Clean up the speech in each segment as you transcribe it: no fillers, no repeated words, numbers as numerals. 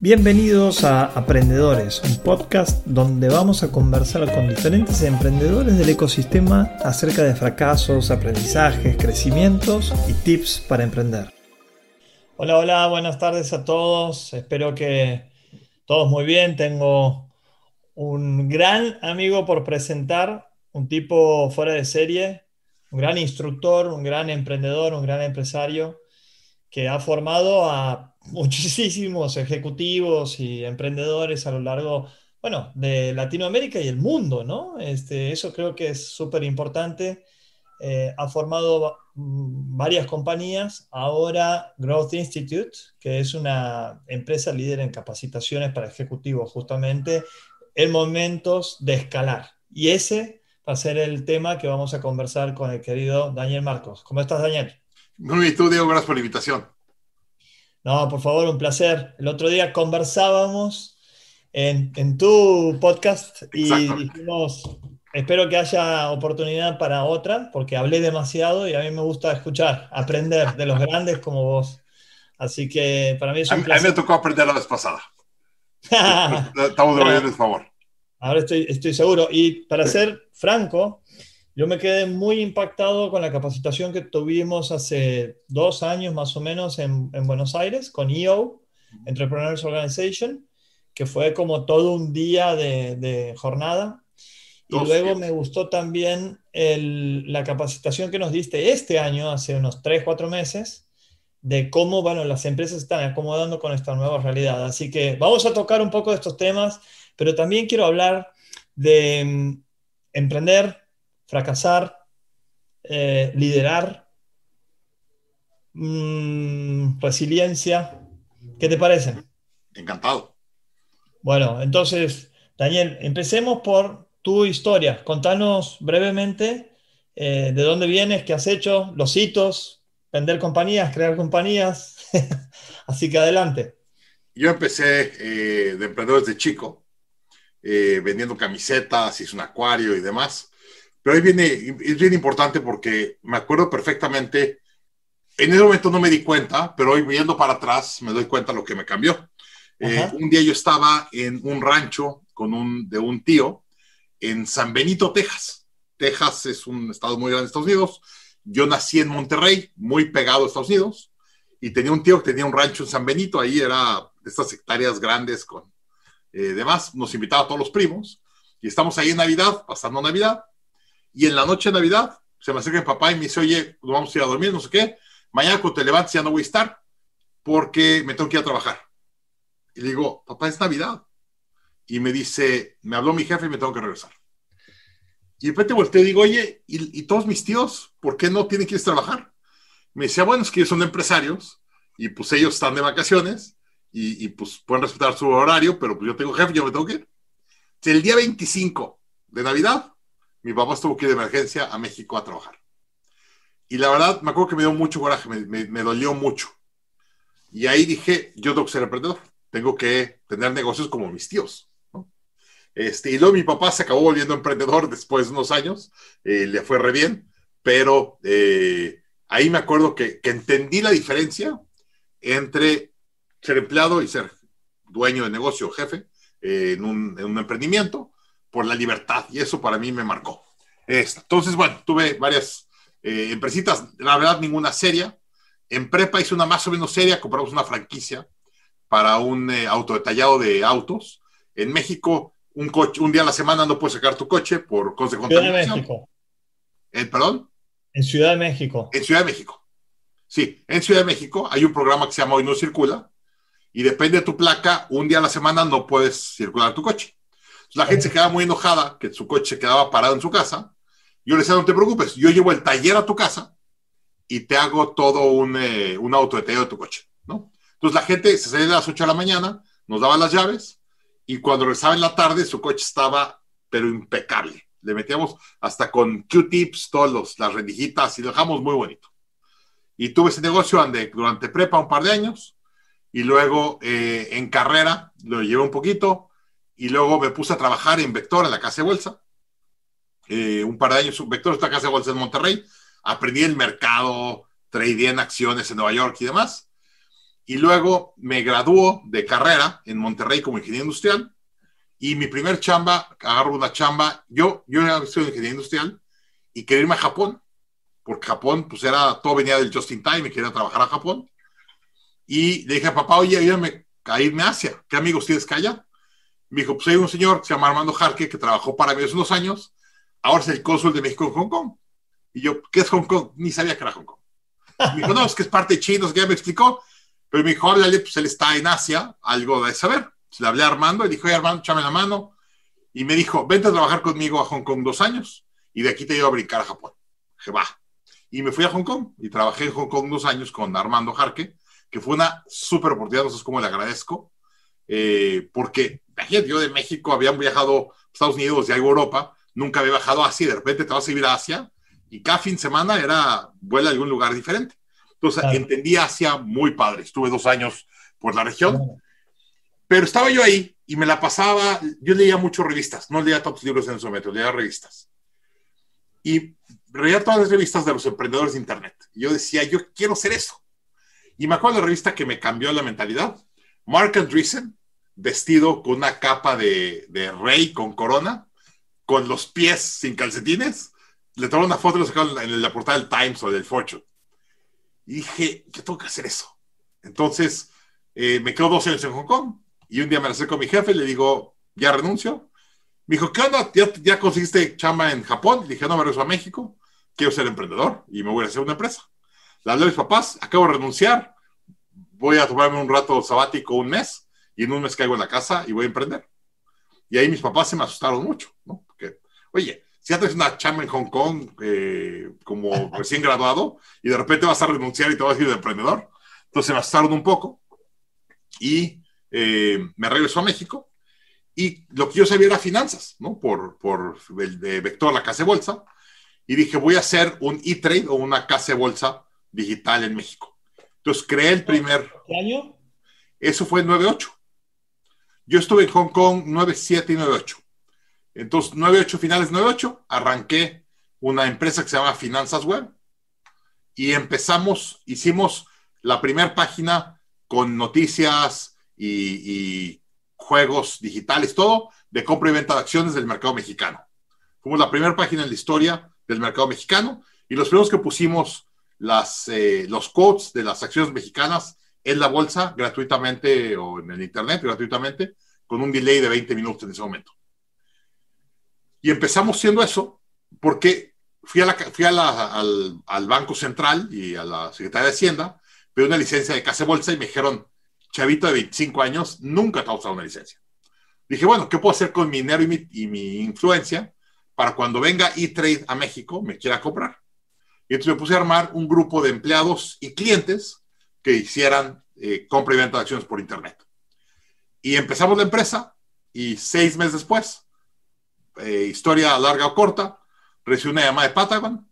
Bienvenidos a Aprendedores, un podcast donde vamos a conversar con diferentes emprendedores del ecosistema acerca de fracasos, aprendizajes, crecimientos y tips para emprender. Hola, buenas tardes a todos. Espero que todos muy bien. Tengo un gran amigo por presentar, un tipo fuera de serie, un gran instructor, un gran emprendedor, un gran empresario que ha formado a muchísimos ejecutivos y emprendedores a lo largo, bueno, de Latinoamérica y el mundo, ¿no? Eso creo que es súper importante. Ha formado varias compañías, ahora Growth Institute, que es una empresa líder en capacitaciones para ejecutivos, justamente en momentos de escalar. Y ese va a ser el tema que vamos a conversar con el querido Daniel Marcos. ¿Cómo estás, Daniel? Muy bien, tú, Diego, gracias por la invitación. No, por favor, un placer. El otro día conversábamos en tu podcast y Exactamente. dijimos, espero que haya oportunidad para otra, porque hablé demasiado y a mí me gusta escuchar, aprender de los grandes como vos. Así que para mí es un A mí me placer. tocó aprender la vez pasada. Estamos Bueno, devolviendo el favor. ahora estoy seguro. Y para ser franco, yo me quedé muy impactado con la capacitación que tuvimos hace 2 años más o menos en Buenos Aires con EO, Entrepreneurs Organization, que fue como todo un día de jornada. Y Dos luego me días. gustó también la capacitación que nos diste este año, hace unos 3 4 meses, de cómo, bueno, las empresas se están acomodando con esta nueva realidad. Así que vamos a tocar un poco de estos temas, pero también quiero hablar de emprender, fracasar, liderar, resiliencia. ¿Qué te parece? Encantado. Bueno, entonces, Daniel, empecemos por tu historia. Contanos brevemente de dónde vienes, qué has hecho, los hitos, vender compañías, crear compañías. Así que adelante. Yo empecé de emprendedor desde chico, vendiendo camisetas, hice un acuario y demás. Pero ahí viene, es bien importante porque me acuerdo perfectamente, en ese momento no me di cuenta, pero hoy viendo para atrás me doy cuenta lo que me cambió. Ajá. Un día yo estaba en un rancho de un tío en San Benito, Texas. Texas es un estado muy grande de Estados Unidos. Yo nací en Monterrey, muy pegado a Estados Unidos, y tenía un tío que tenía un rancho en San Benito, ahí era de estas hectáreas grandes con demás. Nos invitaba a todos los primos, y estamos ahí en Navidad, pasando Navidad, y en la noche de Navidad se me acerca mi papá y me dice, oye, nos vamos a ir a dormir, no sé qué, mañana cuando te levantes ya no voy a estar, porque me tengo que ir a trabajar. Y le digo, papá, es Navidad. Y me dice, me habló mi jefe y me tengo que regresar. Y de repente volteo y digo, oye, ¿y todos mis tíos, por qué no tienen que ir a trabajar? Me decía, bueno, es que ellos son empresarios y pues ellos están de vacaciones pues pueden respetar su horario, pero pues yo tengo jefe, yo me tengo que ir. El día 25 de Navidad, mi papá estuvo que ir de emergencia a México a trabajar. Y la verdad, me acuerdo que me dio mucho coraje, me dolió mucho. Y ahí dije, yo tengo que ser emprendedor, tengo que tener negocios como mis tíos, ¿no? Y luego mi papá se acabó volviendo emprendedor después de unos años, le fue re bien, pero ahí me acuerdo que entendí la diferencia entre ser empleado y ser dueño de negocio, jefe, en un emprendimiento, por la libertad, y eso para mí me marcó. Entonces, bueno, tuve varias empresitas, la verdad ninguna seria. En prepa hice una más o menos seria, compramos una franquicia para un auto detallado de autos. En México, un día a la semana no puedes sacar tu coche por cosas de Ciudad de contaminación. México. Perdón, En Ciudad de México. en Ciudad de México. Sí, en Ciudad de México hay un programa que se llama Hoy No Circula y depende de tu placa, un día a la semana no puedes circular tu coche. Entonces, la gente se quedaba muy enojada que su coche se quedaba parado en su casa. Yo le decía, no te preocupes, yo llevo el taller a tu casa y te hago todo un auto detallado de tu coche, ¿no? Entonces la gente se salía a las 8 de la mañana, nos daba las llaves y cuando regresaba en la tarde su coche estaba, pero impecable. Le metíamos hasta con Q-tips, todas las rendijitas y lo dejamos muy bonito. Y tuve ese negocio durante prepa un par de años y luego en carrera lo llevé un poquito y luego me puse a trabajar en Vector, en la casa de bolsa. Un par de años, Vector es la casa de bolsa en Monterrey. Aprendí el mercado, tradeé en acciones en Nueva York y demás. y luego me graduó de carrera en Monterrey como ingeniero industrial, y mi primer chamba, agarro una chamba, yo soy ingeniero industrial, y quería irme a Japón, porque Japón, pues todo venía del just in time, y quería trabajar a Japón, y le dije a papá, oye, ayúdame a irme a Asia, ¿qué amigos tienes que allá? Me dijo, pues hay un señor que se llama Armando Jarque, que trabajó para mí hace unos años, ahora es el cónsul de México en Hong Kong. Y yo, ¿qué es Hong Kong? Ni sabía que era Hong Kong. Me dijo, no, es que es parte de China, que ya me explicó, pero me dijo, háblale, pues él está en Asia, algo de saber. Le hablé a Armando y dijo, oye, Armando, échame la mano. Y me dijo, vente a trabajar conmigo a Hong Kong 2 años, y de aquí te llevo a brincar a Japón. Dije, va. Y me fui a Hong Kong, y trabajé en Hong Kong 2 años con Armando Jarque, que fue una súper oportunidad, no sé cómo le agradezco, porque imagínate, yo de México había viajado a Estados Unidos y a Europa, nunca había viajado a Asia, y de repente te vas a ir a Asia, y cada fin de semana vuela a algún lugar diferente. Entonces, claro, entendí Asia muy padre. Estuve 2 años por la región, pero estaba yo ahí y me la pasaba. Yo leía mucho revistas, no leía tantos libros en ese momento, leía revistas. Y leía todas las revistas de los emprendedores de Internet. Y yo decía, yo quiero hacer eso. Y me acuerdo de la revista que me cambió la mentalidad. Mark Andreessen, vestido con una capa de rey con corona, con los pies sin calcetines. Le tomé una foto y lo sacaron en la portada del Times o del Fortune. Y dije, yo tengo que hacer eso. Entonces, me quedo 2 años en Hong Kong. Y un día me acerco a mi jefe y le digo, ya renuncio. Me dijo, ¿qué onda? ¿Ya conseguiste chamba en Japón? Le dije, no, me regreso a México. Quiero ser emprendedor y me voy a hacer una empresa. Le hablé a mis papás, acabo de renunciar. Voy a tomarme un rato sabático, 1 mes. Y en 1 mes caigo en la casa y voy a emprender. Y ahí mis papás se me asustaron mucho, ¿no? Porque, oye, si ya tienes una chamba en Hong Kong como recién graduado y de repente vas a renunciar y te vas a ir de emprendedor. Entonces me asustaron un poco y me regresó a México, y lo que yo sabía era finanzas, ¿no? Por el de Vector, la casa de bolsa, y dije, voy a hacer un e-trade o una casa de bolsa digital en México. Entonces creé el primer... ¿Qué año? Eso fue en 98. Yo estuve en Hong Kong 97 y 98. Entonces, 98, finales 98, arranqué una empresa que se llama Finanzas Web y hicimos la primera página con noticias y juegos digitales, todo de compra y venta de acciones del mercado mexicano. Fuimos la primera página en la historia del mercado mexicano, y los primeros que pusimos los quotes de las acciones mexicanas en la bolsa gratuitamente, o en el internet gratuitamente, con un delay de 20 minutos en ese momento. Y empezamos siendo eso, porque fui al Banco Central y a la Secretaría de Hacienda, pedí una licencia de casa de bolsa y me dijeron, chavito de 25 años, nunca te ha usado una licencia. Dije, bueno, ¿qué puedo hacer con mi dinero y mi influencia para cuando venga E-Trade a México me quiera comprar? Y entonces me puse a armar un grupo de empleados y clientes que hicieran compra y venta de acciones por internet. Y empezamos la empresa, y 6 meses después, historia larga o corta, recibí una llamada de Patagon,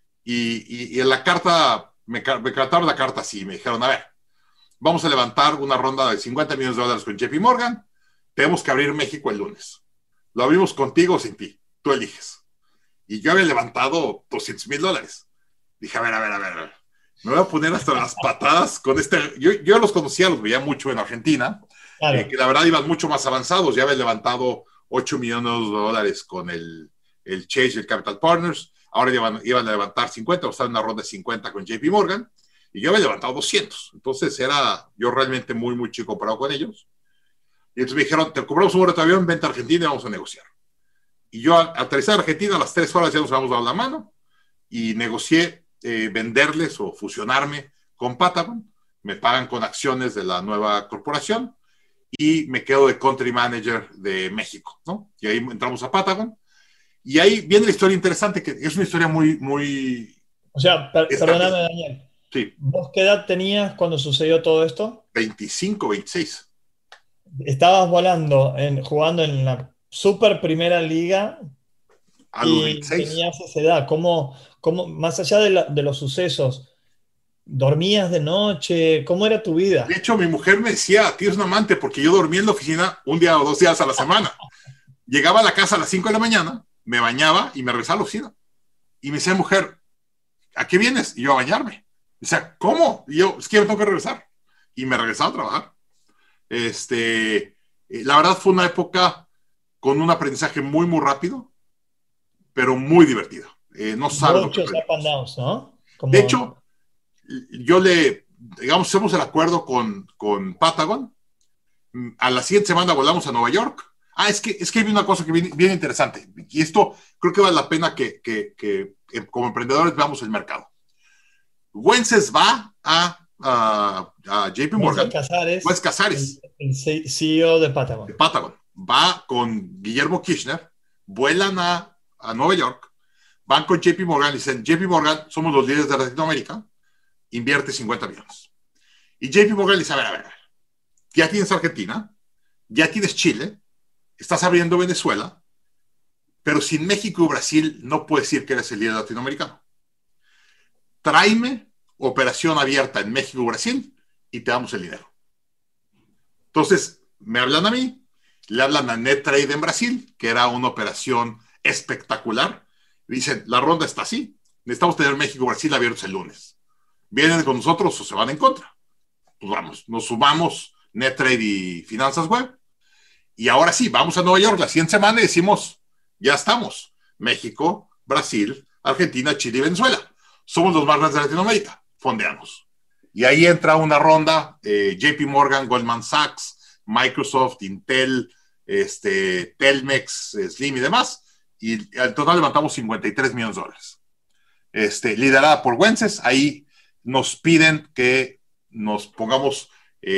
y en la carta, me trataron la carta así, me dijeron, a ver, vamos a levantar una ronda de $50 millones con JP Morgan, tenemos que abrir México el lunes. Lo abrimos contigo o sin ti, tú eliges. Y yo había levantado $200,000. Dije, a ver, me voy a poner hasta las patadas con yo los conocía, los veía mucho en Argentina, claro, que la verdad iban mucho más avanzados, ya había levantado $8 millones con el Chase y el Capital Partners, ahora iban a levantar 50, o estar en una ronda de 50 con JP Morgan, y yo había levantado 200, entonces era yo realmente muy, muy chico comparado con ellos. Y entonces me dijeron, te compramos un boleto de avión, vente a Argentina y vamos a negociar. Y yo aterricé a Argentina, a las 3 horas ya nos habíamos dado la mano, y negocié venderles o fusionarme con Patagon. Me pagan con acciones de la nueva corporación y me quedo de country manager de México, ¿no? Y ahí entramos a Patagon, y ahí viene la historia interesante, que es una historia muy, muy... O sea, perdóname, Daniel. Sí. ¿Vos qué edad tenías cuando sucedió todo esto? 25, 26. Estabas jugando en la super primera liga a los y 26. Tenías esa edad. ¿Cómo, más allá de los sucesos, dormías de noche? ¿Cómo era tu vida? De hecho, mi mujer me decía, tienes un amante, porque yo dormía en la oficina 1 día o 2 días a la semana. Llegaba a la casa a las 5 de la mañana, me bañaba y me regresaba a la oficina. Y me decía, mujer, ¿a qué vienes? Y yo, a bañarme. O sea, ¿cómo? Y yo, es que yo me tengo que regresar. y me regresaba a trabajar. La verdad fue una época con un aprendizaje muy, muy rápido, pero muy divertido. No sabes lo que Muchos up and aprendimos. downs, ¿no? De Como, hecho, digamos, hacemos el acuerdo con Patagon. A la siguiente semana volamos a Nueva York. Es que hay una cosa que bien interesante, y esto creo que vale la pena que como emprendedores veamos el mercado. Wences va a JP Wences Morgan, Casares, Wences Casares, el CEO de de Patagon. Patagon, va con Guillermo Kirchner, vuelan a Nueva York, van con JP Morgan y dicen, JP Morgan, somos los líderes de Latinoamérica, invierte 50 millones. Y JP Morgan dice, a ver, ya tienes Argentina, ya tienes Chile, estás abriendo Venezuela, pero sin México y Brasil no puedes decir que eres el líder latinoamericano. Tráeme operación abierta en México y Brasil y te damos el dinero. Entonces, me hablan a mí, le hablan a NetTrade en Brasil, que era una operación espectacular. Dicen, la ronda está así, necesitamos tener México y Brasil abiertos el lunes. ¿Vienen con nosotros o se van en contra? Pues vamos, nos sumamos NetTrade y Finanzas Web. Y ahora sí, vamos a Nueva York la siguiente semana y decimos, ya estamos. México, Brasil, Argentina, Chile y Venezuela. Somos los más grandes de Latinoamérica. Fondeamos. Y ahí entra una ronda, JP Morgan, Goldman Sachs, Microsoft, Intel, Telmex, Slim y demás. Y al total levantamos 53 millones de dólares. Liderada por Wences. Ahí nos piden que nos pongamos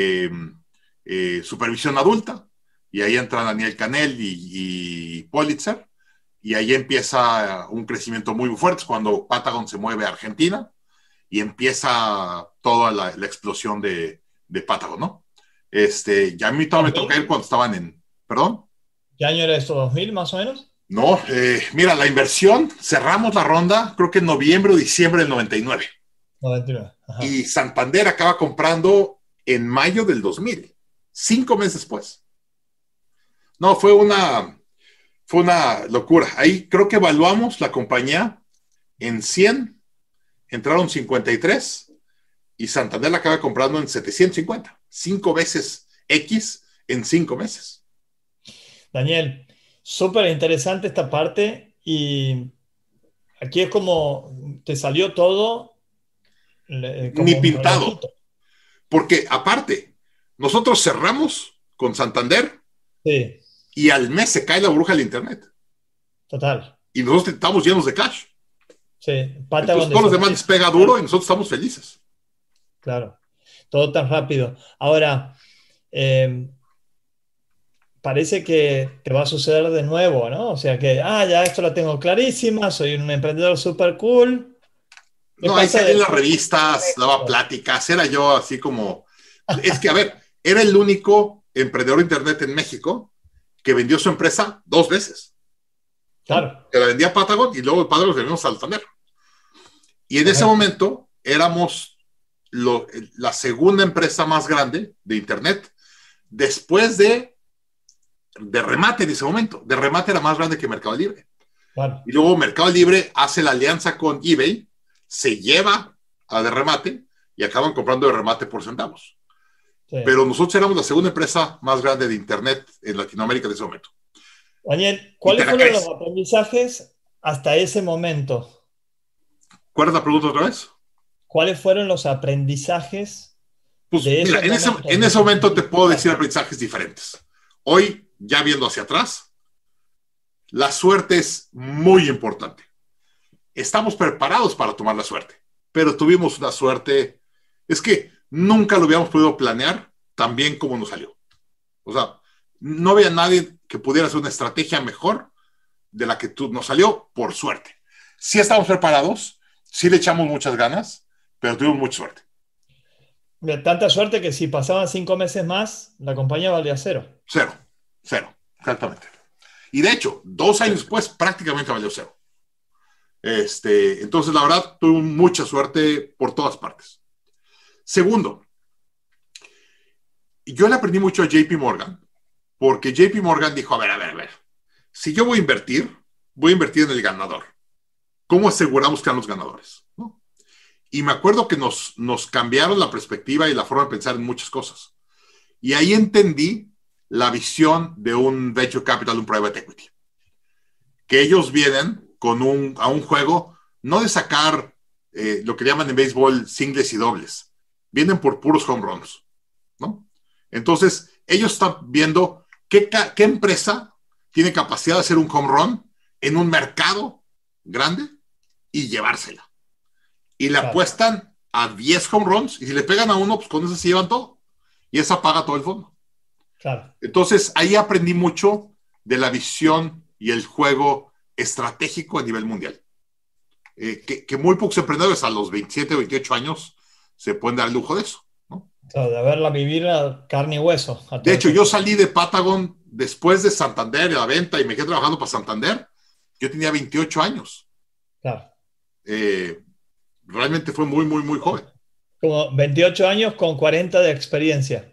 supervisión adulta. Y ahí entran Daniel Canel y Pulitzer, y ahí empieza un crecimiento muy fuerte cuando Patagon se mueve a Argentina y empieza toda la explosión de Patagon, ¿no? Ya a mí todavía me toca ir cuando estaban ¿perdón? ¿Qué año era esto? ¿2000 más o menos? No, mira, la inversión, cerramos la ronda, creo que en noviembre o diciembre del 99. 99. Ajá. Y Santander acaba comprando en mayo del 2000, 5 meses después. No, fue una locura. Ahí creo que evaluamos la compañía en 100, entraron 53 y Santander la acaba comprando en 750. 5 veces X en 5 meses. Daniel, súper interesante esta parte y aquí es como te salió todo Ni como un pintado. relojito. Porque aparte, nosotros cerramos con Santander Sí, y al mes se cae la burbuja del internet. total. Y nosotros estamos llenos de cash. Sí, Patagon Entonces todos los demás les pega duro y nosotros estamos felices. Claro, todo tan rápido. Ahora, eh, parece que te va a suceder de nuevo, ¿no? O sea que, ya esto lo tengo clarísima, soy un emprendedor súper cool. ¿Qué No, ahí pasa salí en las después? revistas, daba pláticas, era yo así como... Es que, a ver, era el único emprendedor de internet en México que vendió su empresa 2 veces, ¿no? Claro, Que la vendía a Patagon y luego Patagon se vendió a Santander. Y en ese correcto. momento éramos la segunda empresa más grande de internet después de Remate en ese momento. De Remate era más grande que Mercado Libre. Claro, Y luego Mercado Libre hace la alianza con eBay, se lleva a De Remate y acaban comprando De Remate por centavos. sí. Pero nosotros éramos la segunda empresa más grande de internet en Latinoamérica en ese momento. Daniel, Y te ¿cuáles la fueron los crees. aprendizajes hasta ese momento? ¿Cuál es la pregunta otra vez? ¿Cuáles fueron los aprendizajes Pues de mira, esos en ese, momentos? en ese momento te puedo decir aprendizajes diferentes. Hoy, ya viendo hacia atrás, la suerte es muy importante. Estamos preparados para tomar la suerte, pero tuvimos una suerte, es que nunca lo habíamos podido planear tan bien como nos salió. O sea, no había nadie que pudiera hacer una estrategia mejor de la que nos salió por suerte. Sí estamos preparados, sí le echamos muchas ganas, pero tuvimos mucha suerte. Mira, tanta suerte que si pasaban 5 meses más, la compañía valía cero. Cero, cero, exactamente. Y de hecho, 2 años después prácticamente valió cero. Entonces, la verdad, tuve mucha suerte por todas partes. Segundo, yo le aprendí mucho a JP Morgan, porque JP Morgan dijo, a ver, si yo voy a invertir en el ganador. ¿Cómo aseguramos que sean los ganadores? ¿No? Y me acuerdo que nos cambiaron la perspectiva y la forma de pensar en muchas cosas. Y ahí entendí la visión de un venture capital, un private equity. Que ellos vienen a un juego, no de sacar lo que llaman en béisbol singles y dobles. Vienen por puros home runs, ¿no? Entonces, ellos están viendo qué empresa tiene capacidad de hacer un home run en un mercado grande y llevársela. Y le apuestan a 10 home runs y si le pegan a uno, pues con eso se llevan todo. Y esa paga todo el fondo. Claro. Entonces, ahí aprendí mucho de la visión y el juego estratégico a nivel mundial. Que muy pocos emprendedores a los 27 o 28 años se pueden dar el lujo de eso, ¿no? Claro, de verla vivir a carne y hueso. De hecho, yo salí de Patagon después de Santander, de la venta, y me quedé trabajando para Santander. Yo tenía 28 años. Claro. Realmente fue muy, muy, muy joven. Como 28 años con 40 de experiencia.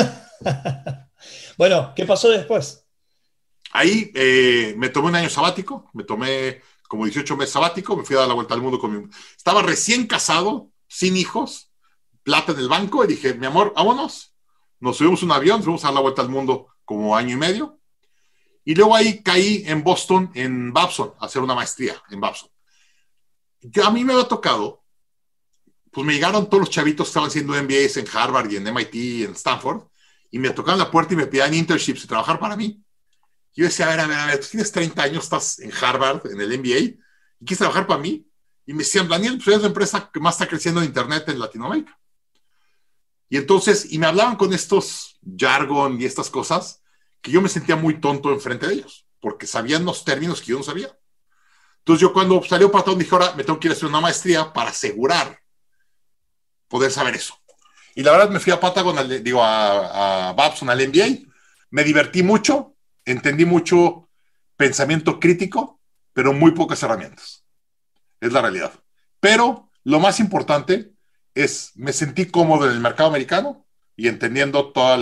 Bueno, ¿qué pasó después? Ahí me tomé un año sabático, me tomé como 18 meses sabático, me fui a dar la vuelta al mundo con mi... Estaba recién casado, sin hijos, plata en el banco, y dije, mi amor, vámonos. Nos subimos un avión, fuimos a dar la vuelta al mundo como año y medio, y luego ahí caí en Boston, en Babson, a hacer una maestría en Babson. A mí me había tocado, pues me llegaron todos los chavitos que estaban haciendo MBAs en Harvard y en MIT y en Stanford, y me tocaban la puerta y me pedían internships y trabajar para mí. Yo decía, a ver, tú tienes 30 años, estás en Harvard, en el MBA, y quieres trabajar para mí. Y me decían, Daniel, pues eres la empresa que más está creciendo en Internet en Latinoamérica. Y entonces, y me hablaban con estos jargon y estas cosas, que yo me sentía muy tonto enfrente de ellos, porque sabían los términos que yo no sabía. Entonces yo cuando salió Patón dije, ahora me tengo que ir a hacer una maestría para asegurar poder saber eso. Y la verdad me fui a Patagon, a Babson, al MBA, me divertí mucho, entendí mucho pensamiento crítico, pero muy pocas herramientas. Es la realidad. Pero lo más importante es, me sentí cómodo en el mercado americano y entendiendo toda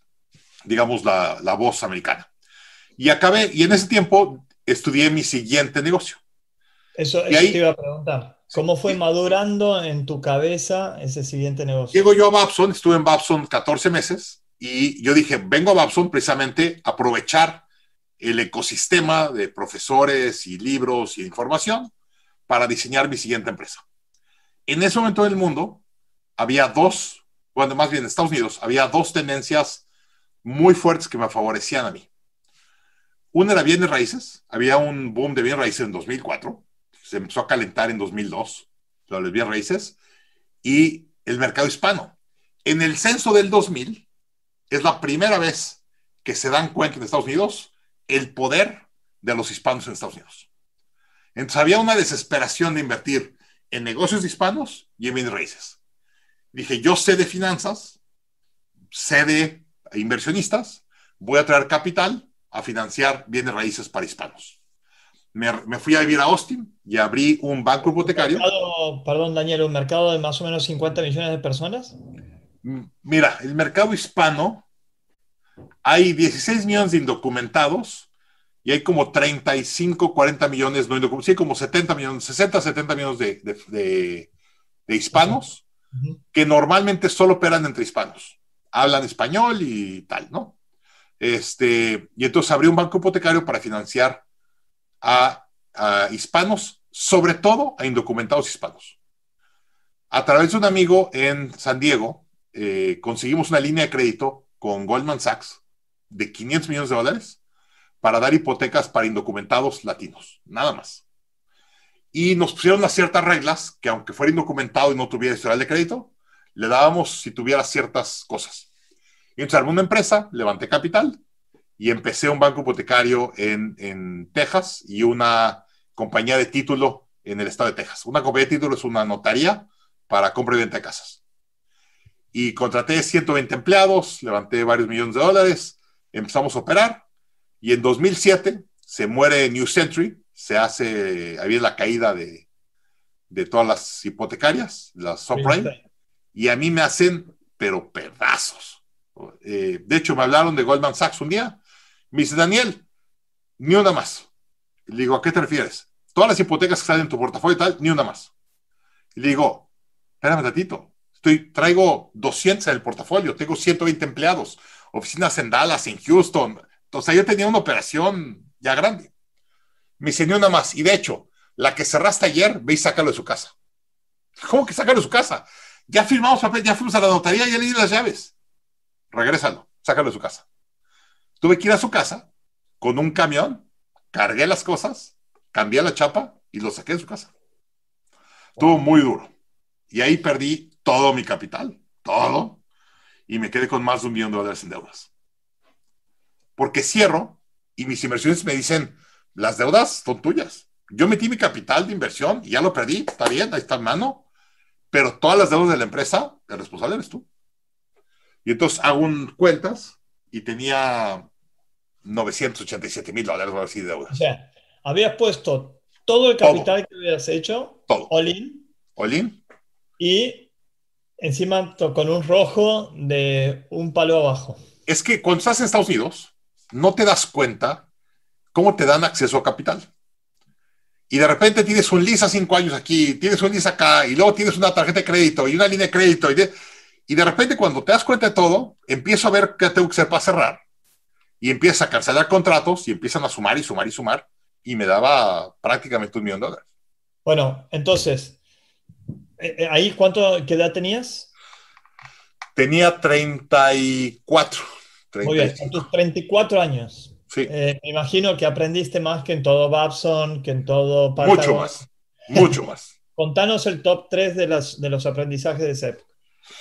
la voz americana. Y acabé, y en ese tiempo estudié mi siguiente negocio. Eso ahí, te iba a preguntar. ¿Cómo fue madurando en tu cabeza ese siguiente negocio? Llego yo a Babson, estuve en Babson 14 meses y yo dije, vengo a Babson precisamente a aprovechar el ecosistema de profesores y libros y información para diseñar mi siguiente empresa. En ese momento del mundo había más bien en Estados Unidos, había dos tendencias muy fuertes que me favorecían a mí. Una era bienes raíces, había un boom de bienes raíces en 2004, se empezó a calentar en 2002, los bienes raíces, y el mercado hispano. En el censo del 2000, es la primera vez que se dan cuenta en Estados Unidos el poder de los hispanos en Estados Unidos. Entonces había una desesperación de invertir en negocios hispanos y en bienes raíces. Dije, yo sé de finanzas, sé de inversionistas, voy a traer capital a financiar bienes raíces para hispanos. Me fui a vivir a Austin y abrí un banco hipotecario. Perdón, Daniel, ¿un mercado de más o menos 50 millones de personas? Mira, el mercado hispano, hay 16 millones de indocumentados y hay como 35, 40 millones no indocumentados, sí, como 70 millones, 60, 70 millones de hispanos que normalmente solo operan entre hispanos. Hablan español y tal, ¿no? Y entonces abrí un banco hipotecario para financiar a hispanos, sobre todo a indocumentados hispanos. A través de un amigo en San Diego, conseguimos una línea de crédito con Goldman Sachs de $500 millones para dar hipotecas para indocumentados latinos, nada más. Y nos pusieron las ciertas reglas que aunque fuera indocumentado y no tuviera historial de crédito, le dábamos si tuviera ciertas cosas. Y entonces armé una empresa, levanté capital y empecé un banco hipotecario en Texas y una compañía de título en el estado de Texas. Una compañía de título es una notaría para compra y venta de casas. Y contraté 120 empleados, levanté varios millones de dólares, empezamos a operar y en 2007 se muere New Century, había la caída de todas las hipotecarias, las subprime, y a mí me hacen, pero pedazos. De hecho, me hablaron de Goldman Sachs un día, me dice, Daniel, ni una más. Le digo, ¿a qué te refieres? Todas las hipotecas que salen en tu portafolio y tal, ni una más. Le digo, espérame tantito, traigo 200 en el portafolio, tengo 120 empleados, oficinas en Dallas, en Houston. Entonces yo tenía una operación ya grande. Me dice, ni una más. Y de hecho, la que cerraste ayer, ve y sácalo de su casa. ¿Cómo que sácalo de su casa? Ya firmamos papel, ya fuimos a la notaría, ya le di las llaves. Regrésalo, sácalo de su casa. Tuve que ir a su casa con un camión, cargué las cosas, cambié la chapa y lo saqué de su casa. Estuvo muy duro. Y ahí perdí todo mi capital, todo, y me quedé con más de $1 millón en deudas. Porque cierro y mis inversiones me dicen, las deudas son tuyas. Yo metí mi capital de inversión y ya lo perdí, está bien, ahí está en mano, pero todas las deudas de la empresa, el responsable eres tú. Y entonces hago cuentas y tenía $987,000 así de O deudas. sea, habías puesto todo el Todo, capital que habías hecho, todo. all in, Olin, y encima con un rojo de un palo abajo. es que cuando estás en Estados Unidos, no te das cuenta cómo te dan acceso a capital. Y de repente tienes un lease a 5 años aquí, tienes un lease acá, y luego tienes una tarjeta de crédito y una línea de crédito. Y de repente cuando te das cuenta de todo, empiezo a ver qué tengo que hacer para cerrar. Y empiezas a cancelar contratos y empiezan a sumar y sumar y sumar. Y me daba prácticamente $1 millón. Bueno, entonces, ahí qué edad tenías? Tenía 34, Muy bien, a 35. tus 34 años. Sí, Me imagino que aprendiste más que en todo Babson, que en todo mucho Patagon. más, mucho más. Contanos el top 3 de los aprendizajes de esa época.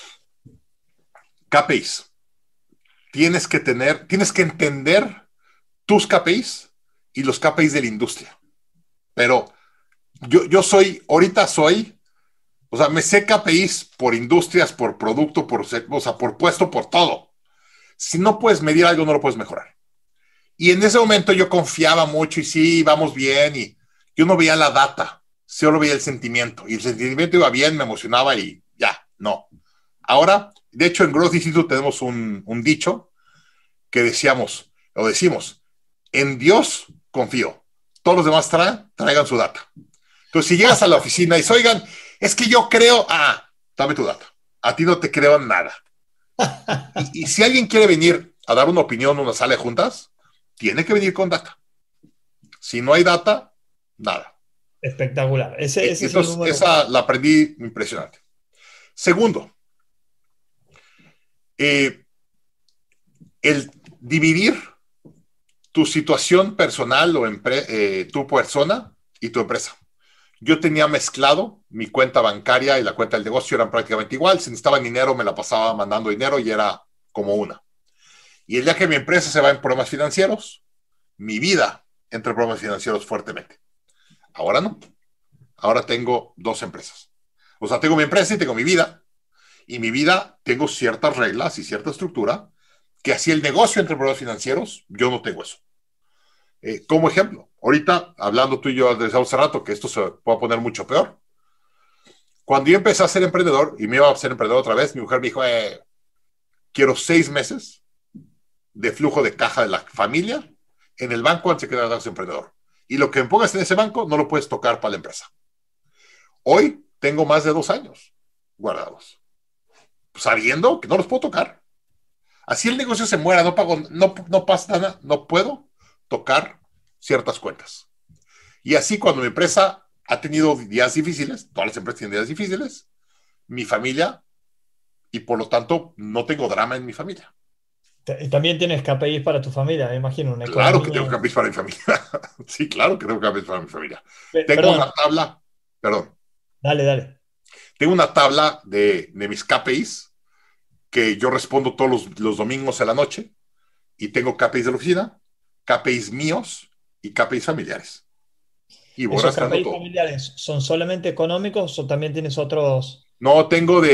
KPIs. Tienes que entender tus KPIs y los KPIs de la industria. Pero ahorita soy, o sea, me sé KPIs por industrias, por producto, o sea, por puesto, por todo. Si no puedes medir algo, no lo puedes mejorar. Y en ese momento yo confiaba mucho y sí, vamos bien, y yo no veía la data, solo veía el sentimiento. Y el sentimiento iba bien, me emocionaba y ya, no. Ahora, de hecho, en Growth Institute tenemos un dicho que decimos, en Dios confío. Todos los demás traigan su data. Entonces, si llegas a la oficina y dices, oigan, es que yo creo, dame tu data. A ti no te creo nada. Y si alguien quiere venir a dar una opinión en una sala de juntas, tiene que venir con data. Si no hay data, nada. Espectacular. Ese es el Entonces, número uno. esa la aprendí impresionante. Segundo, el dividir tu situación personal o tu persona y tu empresa. Yo tenía mezclado mi cuenta bancaria y la cuenta del negocio, eran prácticamente igual. Si necesitaba dinero, me la pasaba mandando dinero y era como una. Y el día que mi empresa se va en problemas financieros, mi vida entra en problemas financieros fuertemente. Ahora no. Ahora tengo dos empresas. O sea, tengo mi empresa y tengo mi vida. Y mi vida tengo ciertas reglas y cierta estructura que así el negocio entre problemas financieros, yo no tengo eso. Como ejemplo, ahorita hablando tú y yo desde hace rato que esto se puede poner mucho peor. Cuando yo empecé a ser emprendedor y me iba a ser emprendedor otra vez, mi mujer me dijo, quiero 6 meses de flujo de caja de la familia en el banco antes de que seas emprendedor. Y lo que me pongas en ese banco no lo puedes tocar para la empresa. Hoy tengo más de 2 años guardados, sabiendo que no los puedo tocar. Así el negocio se muera, no pasa nada, no puedo tocar ciertas cuentas. Y así cuando mi empresa ha tenido días difíciles, todas las empresas tienen días difíciles, mi familia, y por lo tanto no tengo drama en mi familia. Y también tienes KPIs para tu familia, me imagino, una Claro que economía. tengo KPIs para mi familia. Sí, claro que tengo KPIs para mi familia. Tengo Perdón, una tabla, perdón, dale, dale. tengo una tabla de mis KPIs que yo respondo todos los domingos a la noche y tengo KPIs de la oficina, KPIs míos y KPIs familiares. Y voy ¿Esos rastrando KPIs todo. familiares son solamente económicos o también tienes otros? No,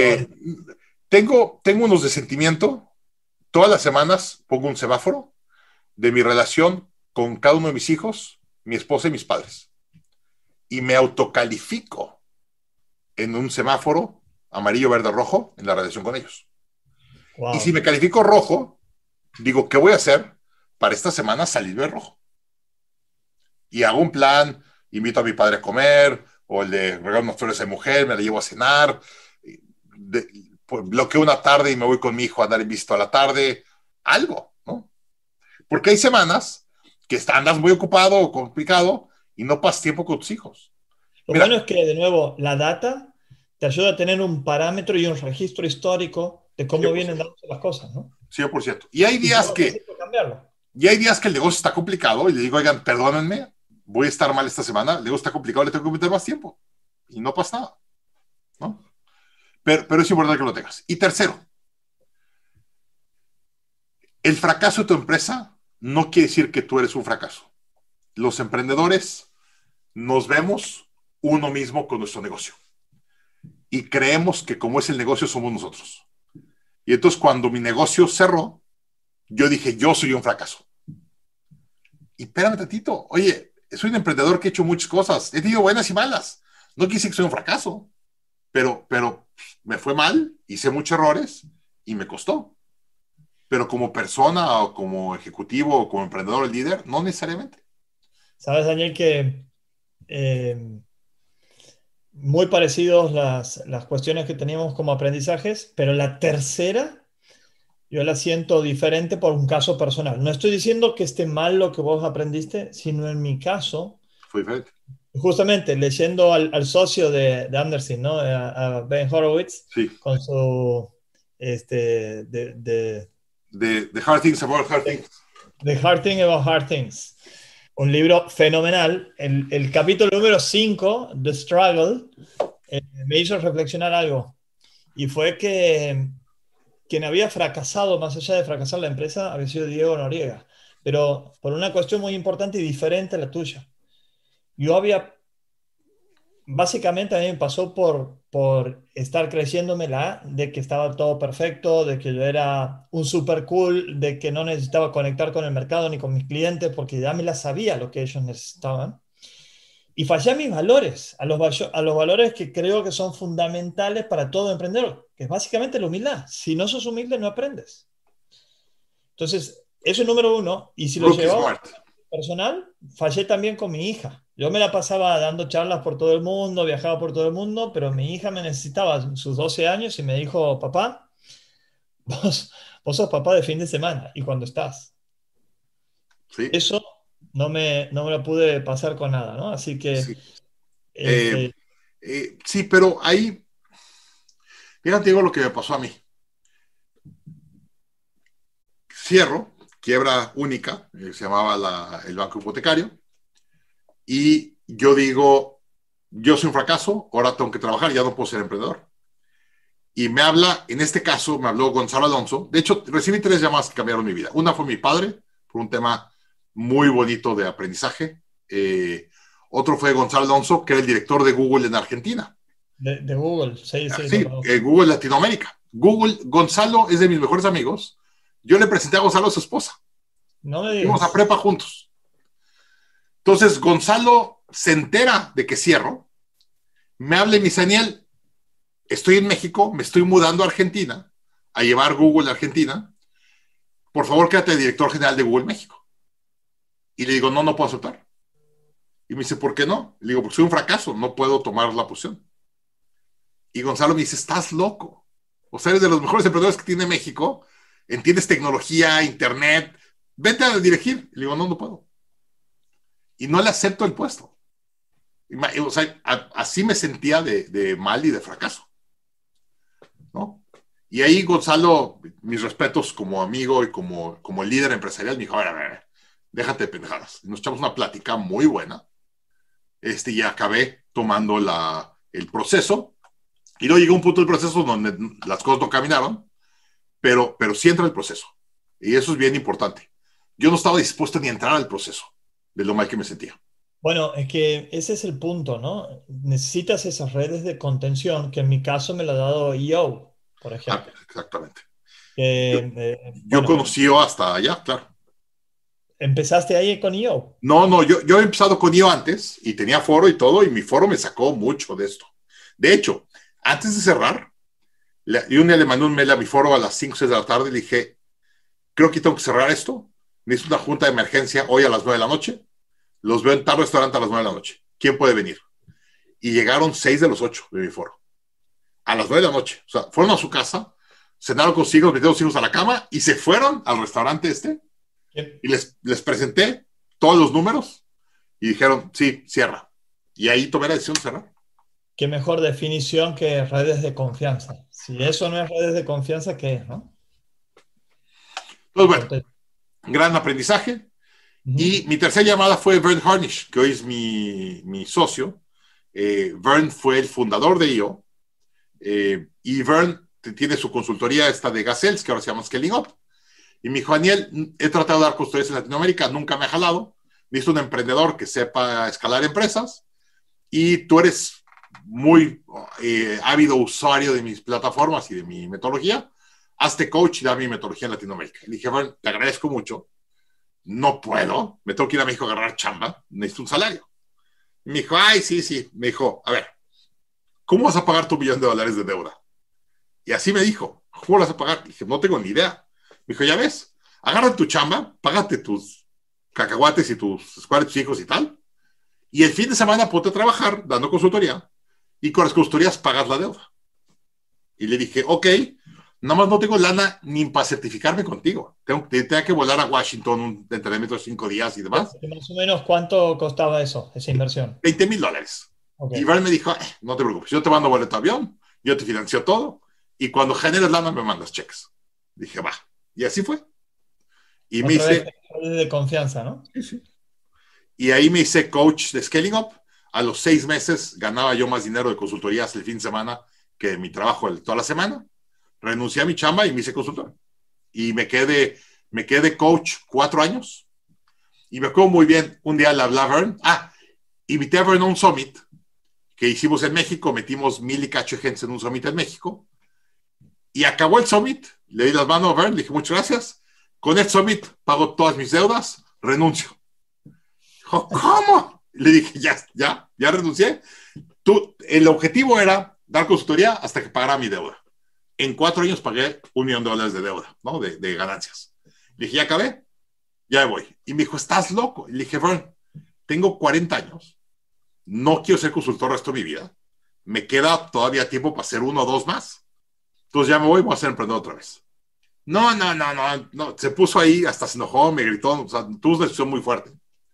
tengo unos de sentimiento. Todas las semanas pongo un semáforo de mi relación con cada uno de mis hijos, mi esposa y mis padres. Y me autocalifico en un semáforo amarillo, verde, rojo en la relación con ellos. Y si Wow. me califico rojo, digo, ¿qué voy a hacer para esta semana salir de rojo? Y hago un plan, invito a mi padre a comer, o el de regalo unas flores a mi mujer, me la llevo a cenar. pues, bloqueo una tarde y me voy con mi hijo a dar en visto a la tarde, algo, ¿no? Porque hay semanas que andas muy ocupado o complicado y no pasas tiempo con tus hijos. Lo Mira, bueno es que, de nuevo, la data te ayuda a tener un parámetro y un registro histórico de cómo vienen 100%, dándose las cosas, ¿no? 100%. Y hay Y días cómo te que, sirve cambiarlo. y hay días que el negocio está complicado y le digo, oigan, perdónenme, voy a estar mal esta semana, el negocio está complicado, le tengo que meter más tiempo. Y no pasa nada, ¿no? Pero es importante que lo tengas. Y tercero, el fracaso de tu empresa no quiere decir que tú eres un fracaso. Los emprendedores nos vemos uno mismo con nuestro negocio y creemos que como es el negocio somos nosotros. Y entonces cuando mi negocio cerró, yo dije, yo soy un fracaso. Y espérame tantito, oye, soy un emprendedor que he hecho muchas cosas, he tenido buenas y malas. No quiere decir que soy un fracaso, pero me fue mal, hice muchos errores y me costó. Pero como persona o como ejecutivo o como emprendedor o líder, no necesariamente. Sabes, Daniel, que eh, muy parecidos las cuestiones que teníamos como aprendizajes, pero la tercera yo la siento diferente por un caso personal. No estoy diciendo que esté mal lo que vos aprendiste, sino en mi caso, Fue diferente. justamente leyendo al socio de Anderson, ¿no? A Ben Horowitz, Sí. con su, de The Hard Things About Hard Things. The Hard Thing About Hard Things. Un libro fenomenal. El capítulo número 5, The Struggle, me hizo reflexionar algo. Y fue que quien había fracasado, más allá de fracasar la empresa, había sido Diego Noriega. Pero por una cuestión muy importante y diferente a la tuya. Yo había, básicamente a mí me pasó por estar creyéndomela de que estaba todo perfecto, de que yo era un super cool, de que no necesitaba conectar con el mercado ni con mis clientes porque ya me la sabía lo que ellos necesitaban. Y fallé a mis valores, a los valores que creo que son fundamentales para todo emprendedor, que es básicamente la humildad. Si no sos humilde, no aprendes. Entonces, eso es número uno. Y si lo Rookie llevaba Smart. personal, fallé también con mi hija. Yo me la pasaba dando charlas por todo el mundo, viajaba por todo el mundo, pero mi hija me necesitaba sus 12 años y me dijo, papá, vos, vos sos papá de fin de semana y cuando estás. Sí, Eso no me lo pude pasar con nada, ¿no? Así que, sí. Eh, este, sí, pero ahí, fíjate, digo lo que me pasó a mí. Cierro, quiebra única, se llamaba el banco hipotecario, y yo digo, yo soy un fracaso, ahora tengo que trabajar, ya no puedo ser emprendedor. Y me habla, en este caso, me habló Gonzalo Alonso. De hecho, recibí 3 llamadas que cambiaron mi vida. Una fue mi padre, por un tema muy bonito de aprendizaje. Otro fue Gonzalo Alonso, que era el director de Google en Argentina. de Google, sí, sí, lo Sí, conozco. Google Latinoamérica. Gonzalo es de mis mejores amigos. Yo le presenté a Gonzalo a su esposa. No me Fuimos a digas. prepa juntos. Entonces, Gonzalo se entera de que cierro, me habla y me dice, Daniel, estoy en México, me estoy mudando a Argentina, a llevar Google a Argentina, por favor quédate de director general de Google México. Y le digo, no, no puedo aceptar. Y me dice, ¿por qué no? Le digo, porque soy un fracaso, no puedo tomar la posición. Y Gonzalo me dice, estás loco. O sea, eres de los mejores emprendedores que tiene México, entiendes tecnología, internet, vete a dirigir. Le digo, no, no puedo. Y no le acepto el puesto. O sea, así me sentía de mal y de fracaso, ¿no? Y ahí Gonzalo, mis respetos como amigo y como líder empresarial, me dijo, a ver, déjate de pendejadas. Nos echamos una plática muy buena, y acabé tomando el proceso, y luego llegó un punto del proceso donde las cosas no caminaron, pero sí entra el proceso, y eso es bien importante. Yo no estaba dispuesto ni a entrar al proceso, de lo mal que me sentía. Bueno, es que ese es el punto, ¿no? Necesitas esas redes de contención, que en mi caso me lo ha dado EO, por ejemplo. Exactamente. Yo, yo Bueno, conocí hasta allá, claro. empezaste ahí con EO. No, yo he empezado con IO antes y tenía foro y todo, y mi foro me sacó mucho de esto. De hecho, antes de cerrar, yo un día le mandé un mail a mi foro a las 5 o 6 de la tarde y le dije, creo que tengo que cerrar esto, necesito una junta de emergencia hoy a las 9 de la noche, los veo en tal restaurante a las 9 de la noche, ¿quién puede venir? Y llegaron 6 de los 8 de mi foro. a las 9 de la noche. O sea, fueron a su casa, cenaron con sus hijos, metieron a sus hijos a la cama y se fueron al restaurante Qué, y les presenté todos los números y dijeron, sí, cierra. Y ahí tomé la decisión de cerrar. qué mejor definición que redes de confianza. Si eso no es redes de confianza, ¿qué es, no? Entonces, bueno, Cortés. gran aprendizaje. Ujú. Y mi tercera llamada fue Vern Harnish, que hoy es mi socio. Vern fue el fundador de IO. Y Vern tiene su consultoría esta de Gazelles, que ahora se llama Scaling Up. Y me dijo, Daniel, he tratado de dar consultorías en Latinoamérica, nunca me ha jalado. Necesito un emprendedor que sepa escalar empresas. Y tú eres muy ávido usuario de mis plataformas y de mi metodología. Hazte coach y da mi metodología en Latinoamérica. Le dije, Vern, te agradezco mucho. No puedo, me tengo que ir a México a agarrar chamba, necesito un salario. Y me dijo, ay, sí, sí. Me dijo, a ver, ¿cómo vas a pagar tu $1,000,000 de deuda? Y así me dijo, ¿cómo lo vas a pagar? Dije, no tengo ni idea. Me dijo, ya ves, agarra tu chamba, págate tus cacahuates y tus escuadras, tus hijos y tal, y el fin de semana ponte a trabajar dando consultoría, y con las consultorías pagas la deuda. Y le dije, ok, nada más no tengo lana ni para certificarme contigo. Tengo que volar a Washington un entrenamiento de 5 días y demás. Más o menos, ¿cuánto costaba eso, esa inversión? $20,000. Ok. Y Brian me dijo, no te preocupes, yo te mando boleto de avión, yo te financio todo, y cuando generes lana me mandas cheques. Dije, va. Y así fue. Y me Otra vez, hice, redes de confianza, ¿no? sí, sí. Y ahí me hice coach de Scaling Up. A los 6 meses ganaba yo más dinero de consultorías el fin de semana que de mi trabajo toda la semana. Renuncié a mi chamba y me hice consultor. Y me quedé coach 4 años. Y me acuerdo muy bien, un día le hablé a Vern. Invité a Vern a un summit que hicimos en México. Metimos 1,000 y cacho de gente en un summit en México. Y acabó el summit. Le di las manos a Vern. Le dije, muchas gracias. Con el summit pago todas mis deudas. Renuncio. Dijo, ¿cómo? Le dije, ya renuncié. El objetivo era dar consultoría hasta que pagara mi deuda. En 4 años pagué $1,000,000 de deuda, ¿no? De ganancias. Le dije, ya acabé, ya me voy. Y me dijo, ¿estás loco? Y le dije, Vern, tengo 40 años, no quiero ser consultor el resto de mi vida. Me queda todavía tiempo para hacer 1 o 2 más. Entonces ya me voy a ser emprendedor otra vez. No, no, no, no, no. Se puso ahí, hasta se enojó, me gritó, o sea, tuvo una decisión muy fuerte.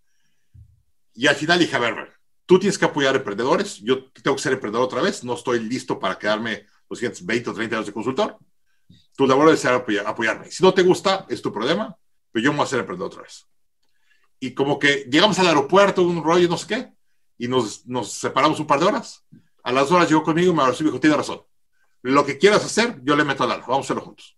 Y al final dije, a ver, tú tienes que apoyar a emprendedores, yo tengo que ser emprendedor otra vez, no estoy listo para quedarme los siguientes 20 o 30 años de consultor. Tu labor debe ser apoyarme. Si no te gusta, es tu problema, pero yo me voy a ser emprendedor otra vez. Y como que llegamos al aeropuerto, un rollo, no sé qué, y nos separamos un par de horas. A las horas llegó conmigo y me abrazó y me dijo, tienes razón. Lo que quieras hacer, yo le meto a lana, vamos a hacerlo juntos.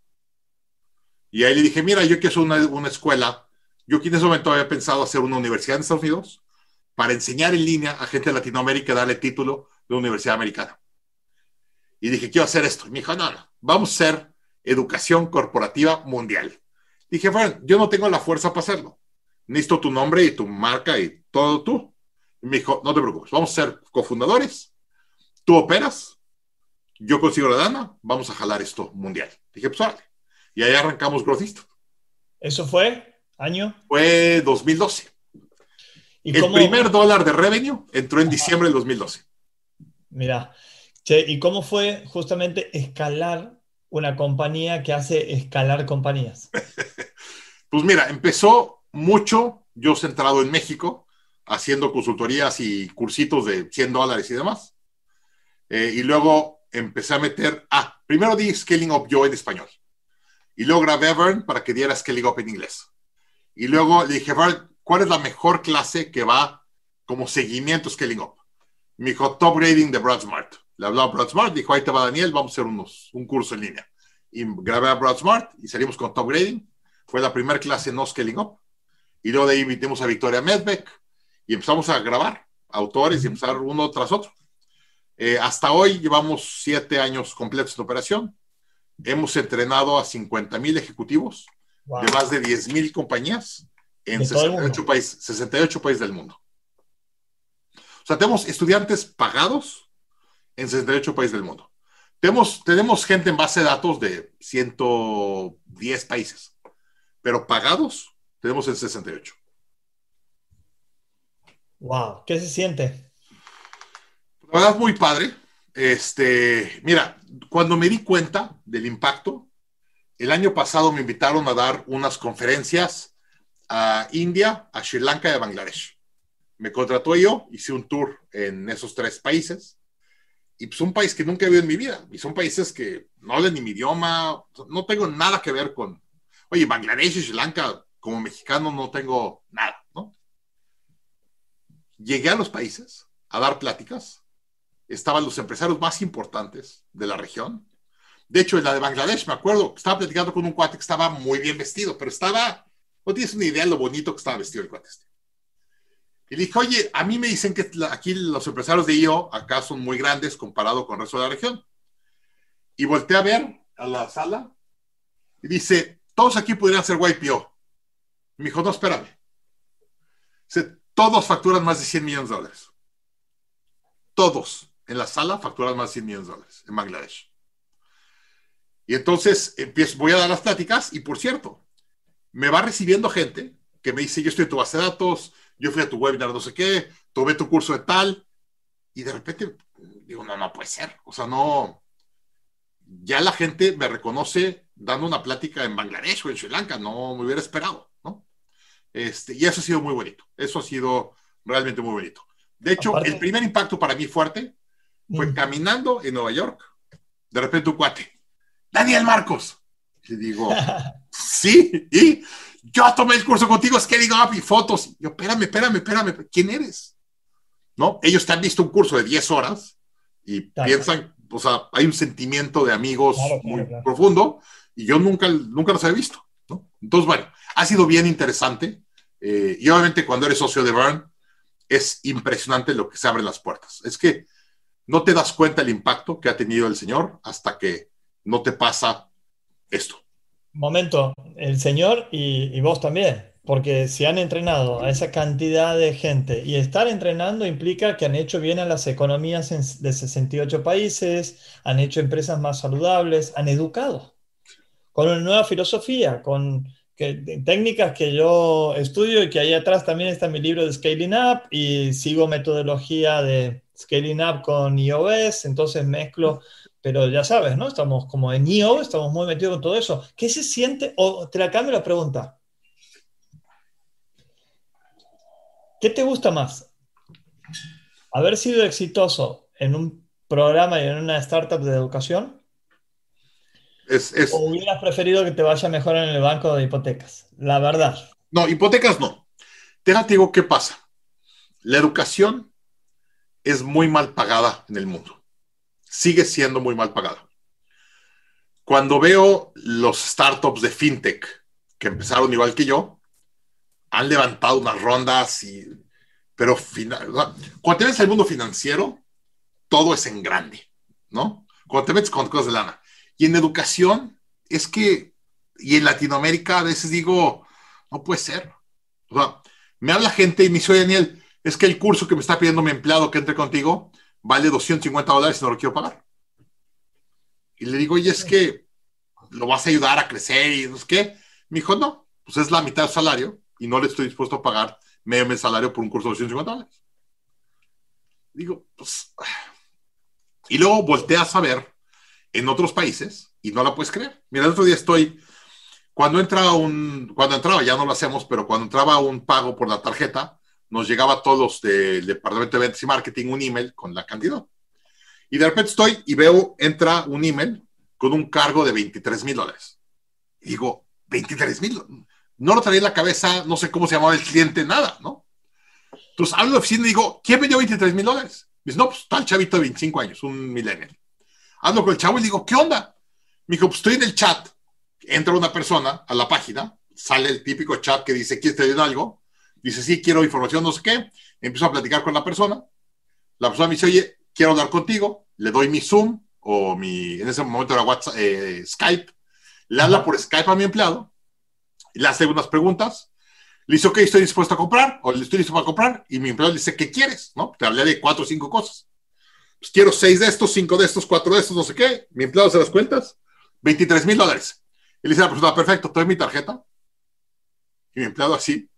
Y ahí le dije, mira, yo quiero hacer una escuela. Yo en ese momento había pensado hacer una universidad en Estados Unidos para enseñar en línea a gente de Latinoamérica y darle título de universidad americana. Y dije, quiero hacer esto. Y me dijo, no, no, vamos a hacer educación corporativa mundial. Dije, bueno, yo no tengo la fuerza para hacerlo. Necesito tu nombre y tu marca y todo tú. Y me dijo, no te preocupes, vamos a ser cofundadores, tú operas, yo consigo la lana, vamos a jalar esto mundial. Dije, pues órale. Y ahí arrancamos Growthista. ¿Eso fue año? Fue 2012. ¿Y El cómo? primer dólar de revenue entró en diciembre del 2012. Mira, che, ¿y cómo fue justamente escalar una compañía que hace escalar compañías? Pues mira, empezó mucho yo centrado en México, haciendo consultorías y cursitos de $100 y demás. Y luego empecé a meter, primero di Scaling Up yo en español. Y luego grabé a Vern para que diera Scaling Up en inglés. Y luego le dije, Vern, ¿cuál es la mejor clase que va como seguimiento Scaling Up? Me dijo, Top Grading de Brad Smart. Le habló a Brad Smart, dijo, ahí te va Daniel, vamos a hacer un curso en línea. Y grabé a Brad Smart y salimos con Top Grading. Fue la primera clase no Scaling Up. Y luego de ahí invitamos a Victoria Medbeck y empezamos a grabar autores y empezar uno tras otro. Hasta hoy llevamos 7 años completos de operación. Hemos entrenado a 50,000 ejecutivos Wow. de más de 10,000 compañías en De todo el mundo. 68 países del mundo. O sea, tenemos estudiantes pagados en 68 países del mundo. Tenemos gente en base de datos de 110 países, pero pagados tenemos en 68. Wow, ¿qué se siente? La verdad, muy padre. Mira, cuando me di cuenta del impacto, el año pasado me invitaron a dar unas conferencias a India, a Sri Lanka y a Bangladesh. Me contrató yo, hice un tour en esos 3 países. Y pues un país que nunca he vivido en mi vida. Y son países que no hablan ni mi idioma, no tengo nada que ver con... Oye, Bangladesh y Sri Lanka, como mexicano, no tengo nada, ¿no? Llegué a los países a dar pláticas. Estaban los empresarios más importantes de la región. De hecho, en la de Bangladesh, me acuerdo, estaba platicando con un cuate que estaba muy bien vestido, pero estaba... No tienes una idea de lo bonito que estaba vestido el cuate este. Y le dije, oye, a mí me dicen que aquí los empresarios de IO acá son muy grandes comparado con el resto de la región. Y volteé a ver a la sala y dice, todos aquí podrían ser YPO. Y me dijo, no, espérame. Dice, todos facturan más de $100 millones. Todos en la sala facturan más de $100 millones en Bangladesh. Y entonces voy a dar las pláticas y, por cierto, me va recibiendo gente que me dice, yo estoy en tu base de datos, yo fui a tu webinar no sé qué, tomé tu curso de tal, y de repente digo, no puede ser. O sea, no, ya la gente me reconoce dando una plática en Bangladesh o en Sri Lanka, no me hubiera esperado, ¿no? Y eso ha sido muy bonito, eso ha sido realmente muy bonito. De hecho, aparte, el primer impacto para mí fuerte fue caminando en Nueva York, de repente un cuate, Daniel Marcos, y digo, sí, y yo tomé el curso contigo, Scaling Up y fotos, yo, espérame, ¿quién eres? ¿No? Ellos te han visto un curso de 10 horas y piensan, o sea, hay un sentimiento de amigos muy profundo y yo nunca los había visto, ¿no? Entonces, bueno, ha sido bien interesante y obviamente cuando eres socio de Burn es impresionante lo que se abren las puertas. Es que no te das cuenta el impacto que ha tenido el señor hasta que no te pasa esto. Momento, el señor y vos también, porque si han entrenado a esa cantidad de gente y estar entrenando implica que han hecho bien a las economías de 68 países, han hecho empresas más saludables, han educado con una nueva filosofía, con técnicas que yo estudio y que ahí atrás también está mi libro de Scaling Up y sigo metodología de Scaling Up con iOS, entonces mezclo, pero ya sabes, ¿no? Estamos como en IO, estamos muy metidos con todo eso. ¿Qué se siente? O te la cambio la pregunta. ¿Qué te gusta más? ¿Haber sido exitoso en un programa y en una startup de educación? ¿O hubieras preferido que te vaya mejor en el banco de hipotecas? La verdad. No, hipotecas no. Te digo qué pasa. La educación es muy mal pagada en el mundo. Sigue siendo muy mal pagada. Cuando veo los startups de fintech que empezaron igual que yo, han levantado unas rondas, pero cuando te metes al mundo financiero, todo es en grande, ¿no? Cuando te metes con cosas de lana. Y en educación, es que, y en Latinoamérica a veces digo, no puede ser. O sea, me habla gente y me dice, oye, Daniel, es que el curso que me está pidiendo mi empleado que entre contigo vale $250 y no lo quiero pagar. Y le digo, oye, es que lo vas a ayudar a crecer y no sé qué. Me dijo, no, pues es la mitad del salario y no le estoy dispuesto a pagar medio mes salario por un curso de $250. Digo, pues... Y luego volteas a ver en otros países y no la puedes creer. Mira, el otro día cuando entraba, ya no lo hacemos, pero cuando entraba un pago por la tarjeta, nos llegaba a todos del Departamento de Ventas y Marketing un email con la cantidad. Y de repente estoy y veo, entra un email con un cargo de $23,000. Y digo, $23,000. No lo traía en la cabeza, no sé cómo se llamaba el cliente, nada, ¿no? Entonces hablo de la oficina y digo, ¿quién me dio $23,000? Dice, no, pues tal chavito de 25 años, un millennial. Hablo con el chavo y le digo, ¿qué onda? Me dijo, pues estoy en el chat. Entra una persona a la página, sale el típico chat que dice, ¿quieres tener algo? Dice, sí, quiero información, no sé qué. Empiezo a platicar con la persona. La persona me dice, oye, quiero hablar contigo. Le doy mi Zoom o en ese momento era WhatsApp, Skype. Le habla por Skype a mi empleado. Le hace unas preguntas. Le dice, ok, estoy dispuesto a comprar o estoy listo para comprar. Y mi empleado le dice, ¿qué quieres? ¿No? Te hablé de 4 o 5 cosas. Pues quiero 6 de estos, 5 de estos, 4 de estos, no sé qué. Mi empleado se las cuentas. $23,000. Y le dice a la persona, perfecto, te doy mi tarjeta. Y mi empleado así,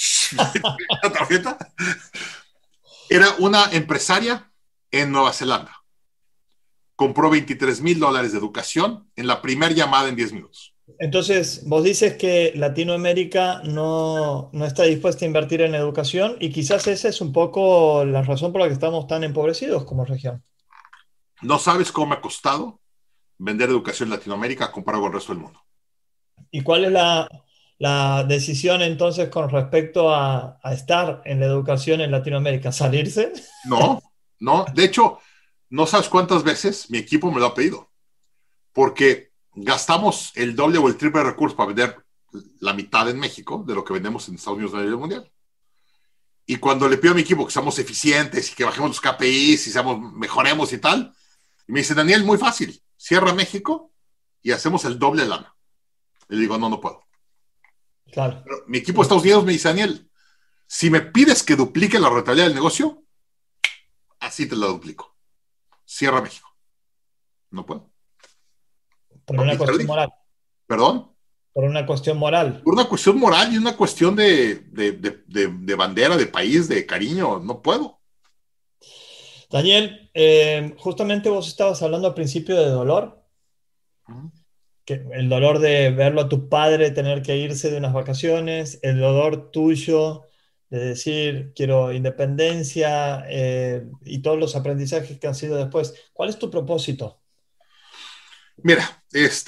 la tarjeta. Era una empresaria en Nueva Zelanda. compró $23,000 de educación en la primera llamada en 10 minutos. Entonces, vos dices que Latinoamérica no está dispuesta a invertir en educación y quizás esa es un poco la razón por la que estamos tan empobrecidos como región. No sabes cómo me ha costado vender educación en Latinoamérica comparado con el resto del mundo. ¿Y cuál es la decisión entonces con respecto a estar en la educación en Latinoamérica? ¿Salirse? No, no. De hecho, no sabes cuántas veces mi equipo me lo ha pedido, porque gastamos el doble o el triple de recursos para vender la mitad en México de lo que vendemos en Estados Unidos a nivel mundial. Y cuando le pido a mi equipo que seamos eficientes y que bajemos los KPIs y mejoremos y tal, y me dice, Daniel, muy fácil, cierra México y hacemos el doble de lana. Y le digo, no, no puedo. Claro. Pero mi equipo de Estados Unidos me dice, Daniel, si me pides que duplique la rentabilidad del negocio, así te la duplico. Cierra México. No puedo. Por No, una y te lo cuestión dije. moral. Perdón. Por una cuestión moral. Por una cuestión moral y una cuestión de bandera, de país, de cariño. No puedo. Daniel, justamente vos estabas hablando al principio de dolor, Uh-huh. que el dolor de verlo a tu padre tener que irse de unas vacaciones, el dolor tuyo de decir quiero independencia y todos los aprendizajes que han sido después. ¿Cuál es tu propósito? Mira,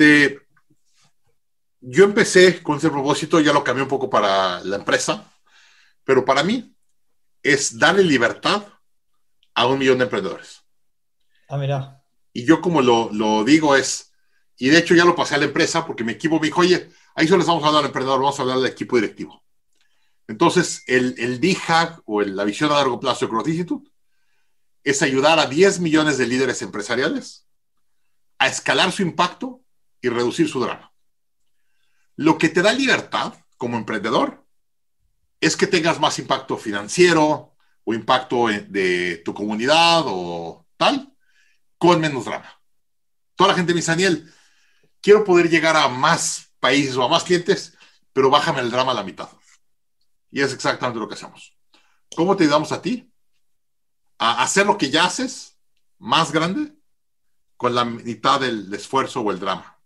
yo empecé con ese propósito, ya lo cambié un poco para la empresa, pero para mí es darle libertad a 1 millón de emprendedores. Ah, mira, Y yo como lo digo es, y de hecho ya lo pasé a la empresa porque mi equipo me dijo, oye, ahí solo estamos hablando del emprendedor, vamos a hablar del equipo directivo. Entonces, el DHAG o la visión a largo plazo de Growth Institute es ayudar a 10 millones de líderes empresariales a escalar su impacto y reducir su drama. Lo que te da libertad como emprendedor es que tengas más impacto financiero o impacto de tu comunidad o tal, con menos drama. Toda la gente me dice, Daniel, quiero poder llegar a más países o a más clientes, pero bájame el drama a la mitad. Y es exactamente lo que hacemos. ¿Cómo te ayudamos a ti? A hacer lo que ya haces más grande con la mitad del esfuerzo o el drama.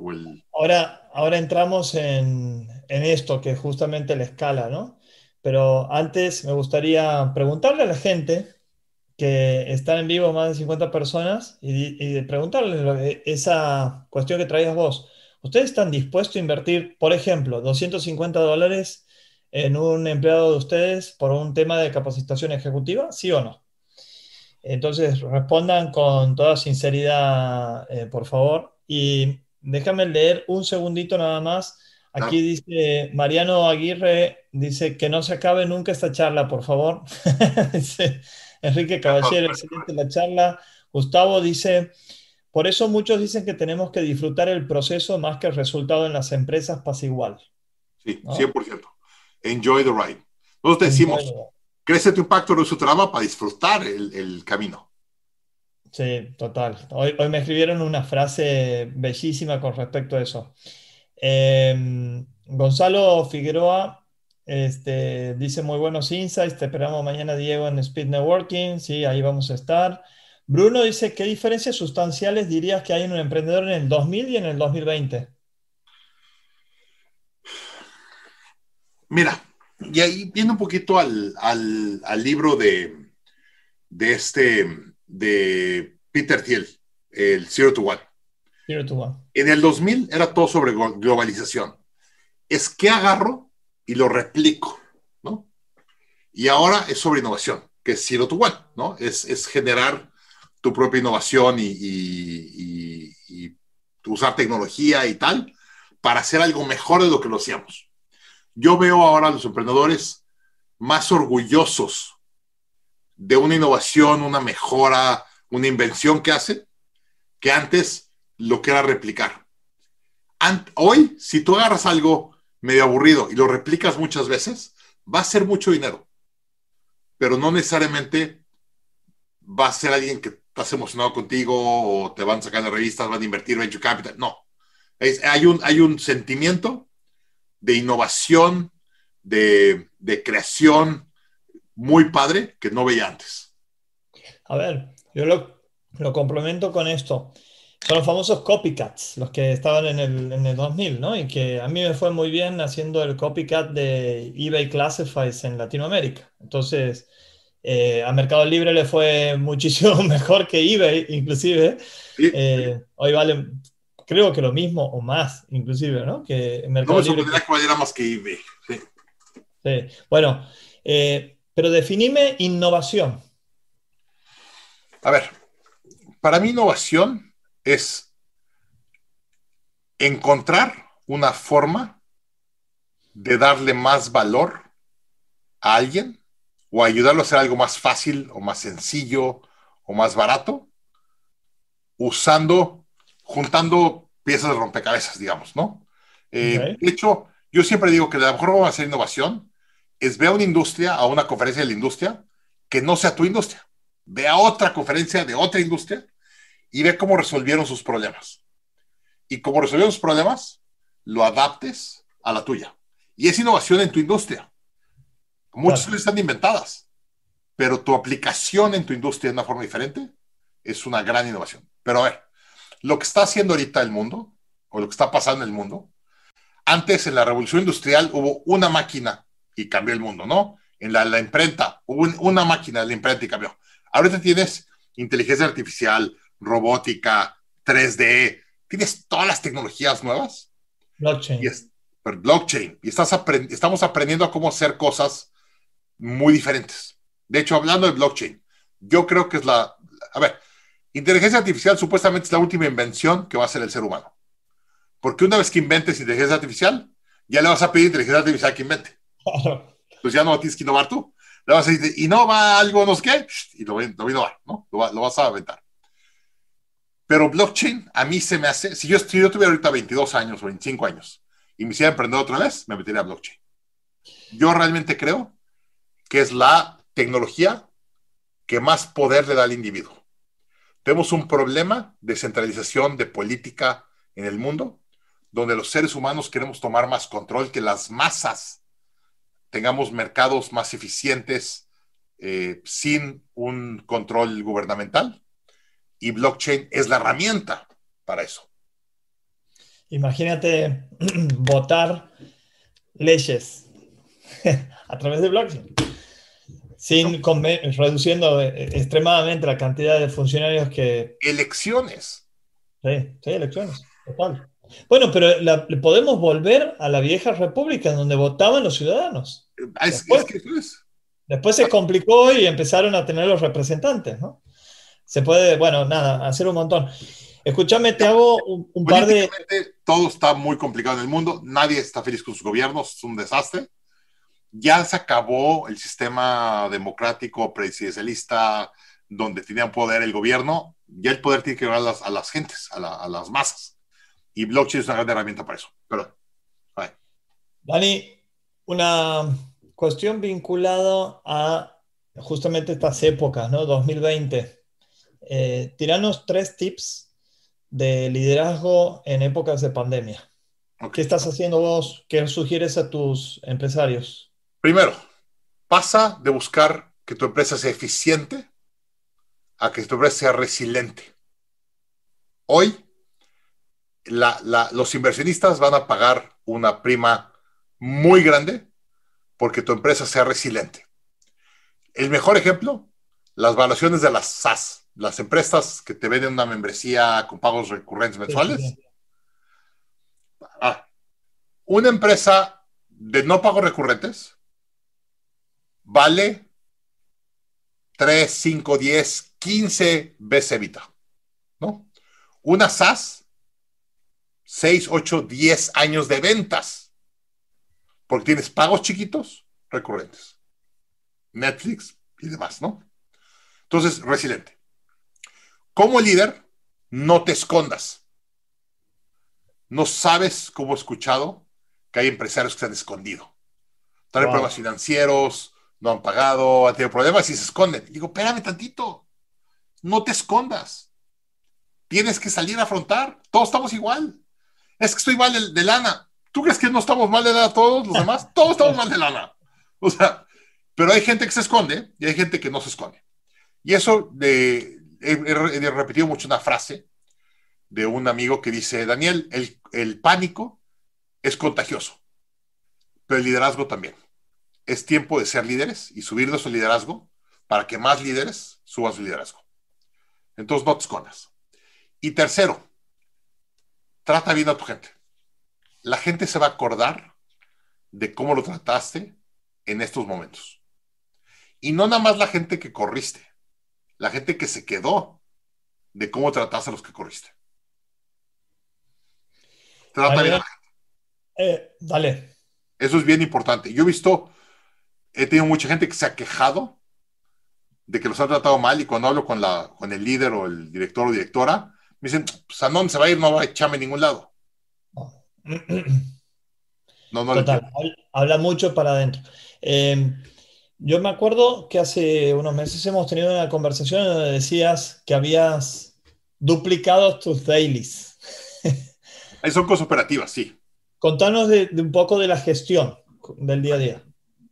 ahora entramos en esto que es justamente la escala, ¿no? Pero antes me gustaría preguntarle a la gente que están en vivo más de 50 personas y de preguntarles esa cuestión que traías vos. ¿Ustedes están dispuestos a invertir, por ejemplo, $250 en un empleado de ustedes por un tema de capacitación ejecutiva? ¿Sí o no? Entonces, respondan con toda sinceridad, por favor. Y déjame leer un segundito nada más. Aquí Claro. dice Mariano Aguirre, dice que no se acabe nunca esta charla, por favor. Dice Enrique Caballero, excelente la charla. Gustavo dice, por eso muchos dicen que tenemos que disfrutar el proceso más que el resultado en las empresas pasa igual, Sí, ¿no? 100%. Enjoy the ride. Nosotros te decimos, Enjoy. crece tu impacto, reduce tu drama para disfrutar el camino. Sí, total. Hoy me escribieron una frase bellísima con respecto a eso. Gonzalo Figueroa dice muy buenos insights. Te esperamos mañana, Diego, en Speed Networking. Sí, ahí vamos a estar. Bruno dice, ¿qué diferencias sustanciales dirías que hay en un emprendedor en el 2000 y en el 2020? Mira, y ahí viene un poquito al libro de Peter Thiel, el Zero to One. Zero to one. En el 2000 era todo sobre globalización. Es que agarro y lo replico, ¿no? Y ahora es sobre innovación, que es Zero to One, ¿no? Es generar tu propia innovación y usar tecnología y tal para hacer algo mejor de lo que lo hacíamos. Yo veo ahora a los emprendedores más orgullosos de una innovación, una mejora, una invención que hacen, que antes lo que era replicar. Hoy, si tú agarras algo medio aburrido y lo replicas muchas veces, va a ser mucho dinero, pero no necesariamente va a ser alguien que estás emocionado contigo o te van a sacar de revistas, van a invertir venture capital. No, hay un sentimiento de innovación, de creación muy padre que no veía antes. A ver, yo Lo complemento con esto. Son los famosos copycats, los que estaban en el 2000, ¿no? Y que a mí me fue muy bien haciendo el copycat de eBay Classifieds en Latinoamérica. Entonces, a Mercado Libre le fue muchísimo mejor que eBay, inclusive. Sí, Hoy vale, creo que lo mismo o más, inclusive, ¿no? Que no Mercado me Libre. sorprendería que valiera más que eBay. Sí. Sí. Bueno, pero definime innovación. A ver, para mí innovación es encontrar una forma de darle más valor a alguien o ayudarlo a hacer algo más fácil o más sencillo o más barato usando, juntando piezas de rompecabezas, digamos, ¿no? Ok. De hecho, yo siempre digo que la mejor forma de hacer innovación es ver a una industria, a una conferencia de la industria, que no sea tu industria. Ve a otra conferencia de otra industria y ve cómo resolvieron sus problemas. Y cómo resolvieron sus problemas, lo adaptes a la tuya. Y es innovación en tu industria. Muchas Claro. cosas están inventadas, pero tu aplicación en tu industria de una forma diferente es una gran innovación. Pero a ver, lo que está haciendo ahorita el mundo, o lo que está pasando en el mundo, antes en la revolución industrial hubo una máquina y cambió el mundo, ¿no? En la imprenta hubo una máquina de la imprenta y cambió. Ahorita tienes inteligencia artificial, robótica, 3D, tienes todas las tecnologías nuevas y Blockchain. es blockchain y estamos aprendiendo a cómo hacer cosas muy diferentes. De hecho, hablando de blockchain, yo creo que es a ver, inteligencia artificial supuestamente es la última invención que va a hacer el ser humano. Porque una vez que inventes inteligencia artificial, ya le vas a pedir inteligencia artificial que invente. Claro. Pues ya no tienes que innovar tú. Le vas a decir, innova algo, no sé qué, y lo va a innovar, ¿no? Lo vas a aventar. Pero blockchain, a mí se me hace, si yo tuviera ahorita 22 años o 25 años y me hiciera emprender otra vez, me metería a blockchain. Yo realmente creo que es la tecnología que más poder le da al individuo. Tenemos un problema de centralización de política en el mundo, donde los seres humanos queremos tomar más control, que las masas tengamos mercados más eficientes sin un control gubernamental. Y blockchain es la herramienta para eso. Imagínate votar leyes a través de blockchain, ¿No? reduciendo extremadamente la cantidad de funcionarios que... Elecciones. Sí, sí, elecciones, total. Bueno, pero podemos volver a la vieja república en donde votaban los ciudadanos. Es Después, que eso es. después se complicó y empezaron a tener los representantes, ¿no? Se puede, bueno, nada, hacer un montón. Escúchame, te hago un par de... Políticamente todo está muy complicado en el mundo. Nadie está feliz con sus gobiernos. Es un desastre. Ya se acabó el sistema democrático presidencialista donde tenía poder el gobierno. Ya el poder tiene que llegar a las gentes, a las masas. Y blockchain es una gran herramienta para eso. Pero, ay, Dani, una cuestión vinculada a justamente estas épocas, ¿no? 2020. Tiranos 3 tips de liderazgo en épocas de pandemia. ok. ¿Qué estás haciendo vos? ¿Qué sugieres a tus empresarios? Primero, pasa de buscar que tu empresa sea eficiente a que tu empresa sea resiliente. Hoy, los inversionistas van a pagar una prima muy grande porque tu empresa sea resiliente. El mejor ejemplo, las valuaciones de las SaaS, las empresas que te venden una membresía con pagos recurrentes Sí, sí, mensuales. sí. Ah, una empresa de no pagos recurrentes vale 3, 5, 10, 15 veces EBITDA, ¿no? Una SaaS, 6, 8, 10 años de ventas, porque tienes pagos chiquitos recurrentes, Netflix y demás, ¿no? Entonces, resiliente. Como líder, no te escondas. No sabes cómo he escuchado que hay empresarios que se han escondido. Tienen problemas Wow. financieros, no han pagado, han tenido problemas y se esconden. Y digo, espérame tantito, no te escondas. Tienes que salir a afrontar. Todos estamos igual. Es que estoy mal de lana. ¿Tú crees que no estamos mal de lana todos los demás? Todos estamos mal de lana. O sea, pero hay gente que se esconde y hay gente que no se esconde. Y eso he repetido mucho una frase de un amigo que dice, Daniel, el pánico es contagioso, pero el liderazgo también. Es tiempo de ser líderes y subir nuestro liderazgo para que más líderes suban su liderazgo. Entonces, no te escondas. Y tercero, trata bien a tu gente. La gente se va a acordar de cómo lo trataste en estos momentos. Y no nada más la gente que corriste, la gente que se quedó de cómo trataste a los que corriste. Trata bien a Daniel, la gente. dale. Eso es bien importante. He tenido mucha gente que se ha quejado de que los han tratado mal y cuando hablo con el líder o el director o directora, me dicen, pues a dónde se va a ir, no va a echarme en ningún lado. No, no lo Total, entiendo. habla mucho para adentro. Eh, yo me acuerdo que hace unos meses hemos tenido una conversación donde decías que habías duplicado tus dailies. Ahí son cosas operativas, sí. Contanos de un poco de la gestión del día a día.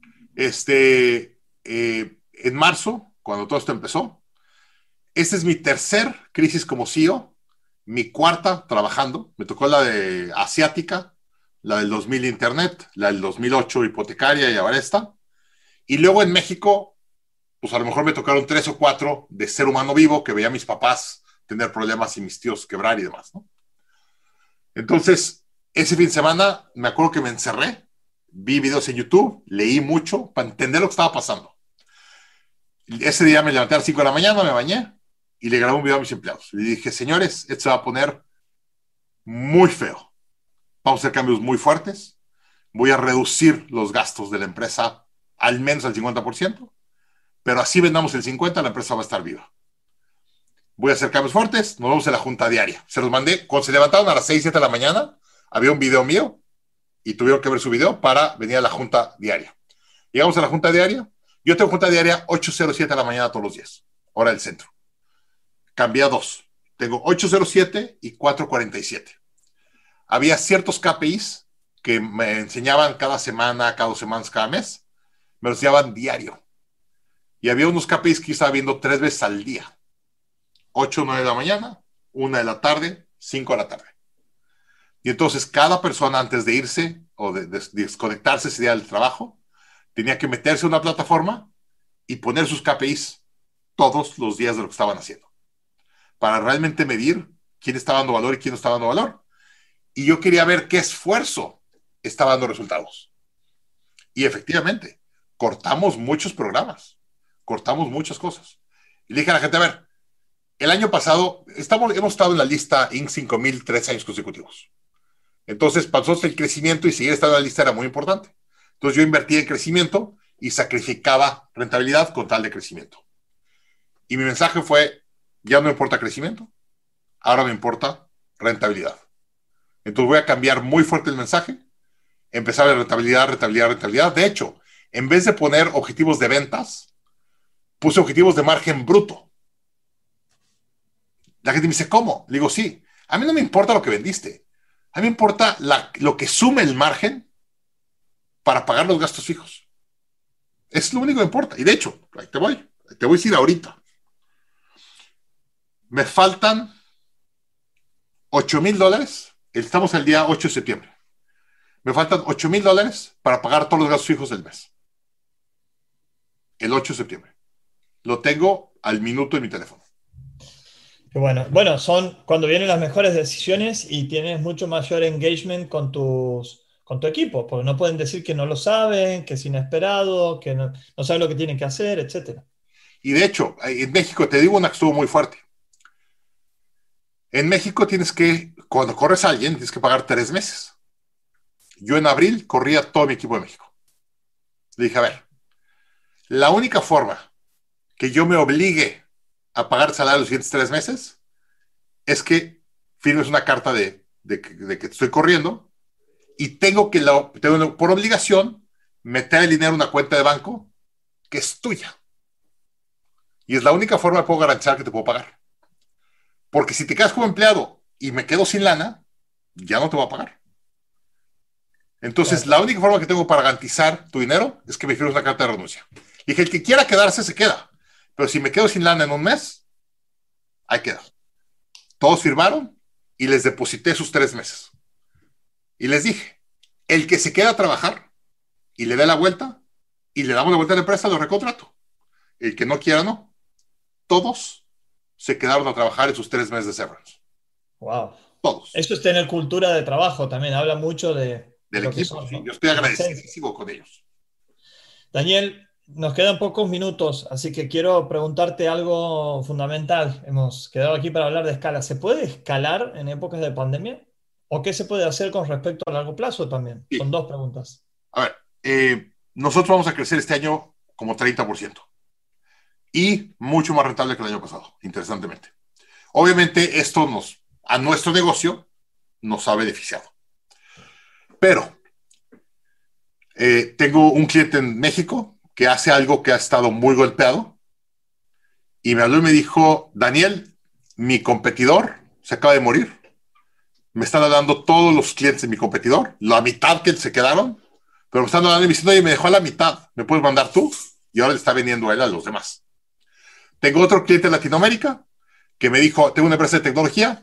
En marzo, cuando todo esto empezó, esta es mi tercer crisis como CEO, mi cuarta trabajando. Me tocó la de asiática, la del 2000 Internet, la del 2008 hipotecaria y ahora esta. Y luego en México, pues a lo mejor me tocaron 3 o 4 de ser humano vivo que veía a mis papás tener problemas y mis tíos quebrar y demás, ¿no? Entonces, ese fin de semana me acuerdo que me encerré, vi videos en YouTube, leí mucho para entender lo que estaba pasando. Ese día me levanté a las 5 de la mañana, me bañé y le grabé un video a mis empleados. Le dije, señores, esto se va a poner muy feo. Vamos a hacer cambios muy fuertes. Voy a reducir los gastos de la empresa al menos al 50%, pero así vendamos el 50%, la empresa va a estar viva. Voy a hacer cambios fuertes, nos vemos en la junta diaria. Se los mandé, cuando se levantaron a las 6, 7 de la mañana, había un video mío y tuvieron que ver su video para venir a la junta diaria. Llegamos a la junta diaria. Yo tengo junta diaria 8:07 de la mañana todos los días, hora del centro. Cambié a 2. Tengo 8:07 y 4:47. Había ciertos KPIs que me enseñaban cada semana, cada 2 semanas, cada mes. Me los enseñaban diario. Y había unos KPIs que estaba viendo 3 veces al día. 8 o 9 de la mañana, 1 de la tarde, 5 de la tarde. Y entonces cada persona antes de irse o de desconectarse ese día del trabajo, tenía que meterse en una plataforma y poner sus KPIs todos los días de lo que estaban haciendo, para realmente medir quién estaba dando valor y quién no estaba dando valor. Y yo quería ver qué esfuerzo estaba dando resultados. Y efectivamente, cortamos muchos programas, cortamos muchas cosas. Y le dije a la gente, a ver, el año pasado hemos estado en la lista Inc. 5000 3 años consecutivos. Entonces, para nosotros el crecimiento y seguir estando en la lista era muy importante. Entonces yo invertía en crecimiento y sacrificaba rentabilidad con tal de crecimiento. Y mi mensaje fue, ya no me importa crecimiento, ahora me importa rentabilidad. Entonces voy a cambiar muy fuerte el mensaje, empezar a rentabilidad, rentabilidad, rentabilidad. De hecho, en vez de poner objetivos de ventas, puse objetivos de margen bruto. La gente me dice, ¿cómo? Le digo, sí. A mí no me importa lo que vendiste. A mí me importa lo que sume el margen para pagar los gastos fijos. Es lo único que importa. Y de hecho, ahí te voy a decir ahorita. Me faltan $8,000. Estamos el día 8 de septiembre. Me faltan $8,000 para pagar todos los gastos fijos del mes. El 8 de septiembre. Lo tengo al minuto en mi teléfono. Bueno, son cuando vienen las mejores decisiones y tienes mucho mayor engagement con tu equipo, porque no pueden decir que no lo saben, que es inesperado, que no saben lo que tienen que hacer, etcétera. Y de hecho, en México, te digo una que estuvo muy fuerte. En México cuando corres a alguien, tienes que pagar 3 meses. Yo en abril corría todo mi equipo de México. Le dije, a ver, la única forma que yo me obligue a pagar salario los siguientes 3 meses es que firmes una carta de que te estoy corriendo y tengo por obligación meter el dinero en una cuenta de banco que es tuya. Y es la única forma que puedo garantizar que te puedo pagar. Porque si te quedas como empleado y me quedo sin lana, ya no te voy a pagar. Entonces, Claro. la única forma que tengo para garantizar tu dinero es que me firmes una carta de renuncia. Y dije, el que quiera quedarse, se queda. Pero si me quedo sin lana en un mes, ahí queda. Todos firmaron y les deposité sus 3 meses. Y les dije, el que se queda a trabajar y le dé la vuelta y le damos la vuelta a la empresa, lo recontrato. El que no quiera, no. Todos se quedaron a trabajar en sus 3 meses de severance. Wow. Todos. Eso es tener cultura de trabajo también, habla mucho de Del lo que equipo, son, sí. ¿no? Yo estoy En esencia. agradecidísimo con ellos. Daniel, nos quedan pocos minutos, así que quiero preguntarte algo fundamental. Hemos quedado aquí para hablar de escala. ¿Se puede escalar en épocas de pandemia? ¿O qué se puede hacer con respecto a largo plazo también? Son Sí. dos preguntas. A ver, nosotros vamos a crecer este año como 30% y mucho más rentable que el año pasado, interesantemente. Obviamente esto a nuestro negocio nos ha beneficiado. Pero tengo un cliente en México que hace algo que ha estado muy golpeado y me habló y me dijo, Daniel, mi competidor se acaba de morir. Me están hablando todos los clientes de mi competidor, la mitad que se quedaron, pero me están hablando y me diciendo, oye, me dejó a la mitad, ¿me puedes mandar tú? Y ahora le está vendiendo a él a los demás. Tengo otro cliente en Latinoamérica que me dijo, tengo una empresa de tecnología,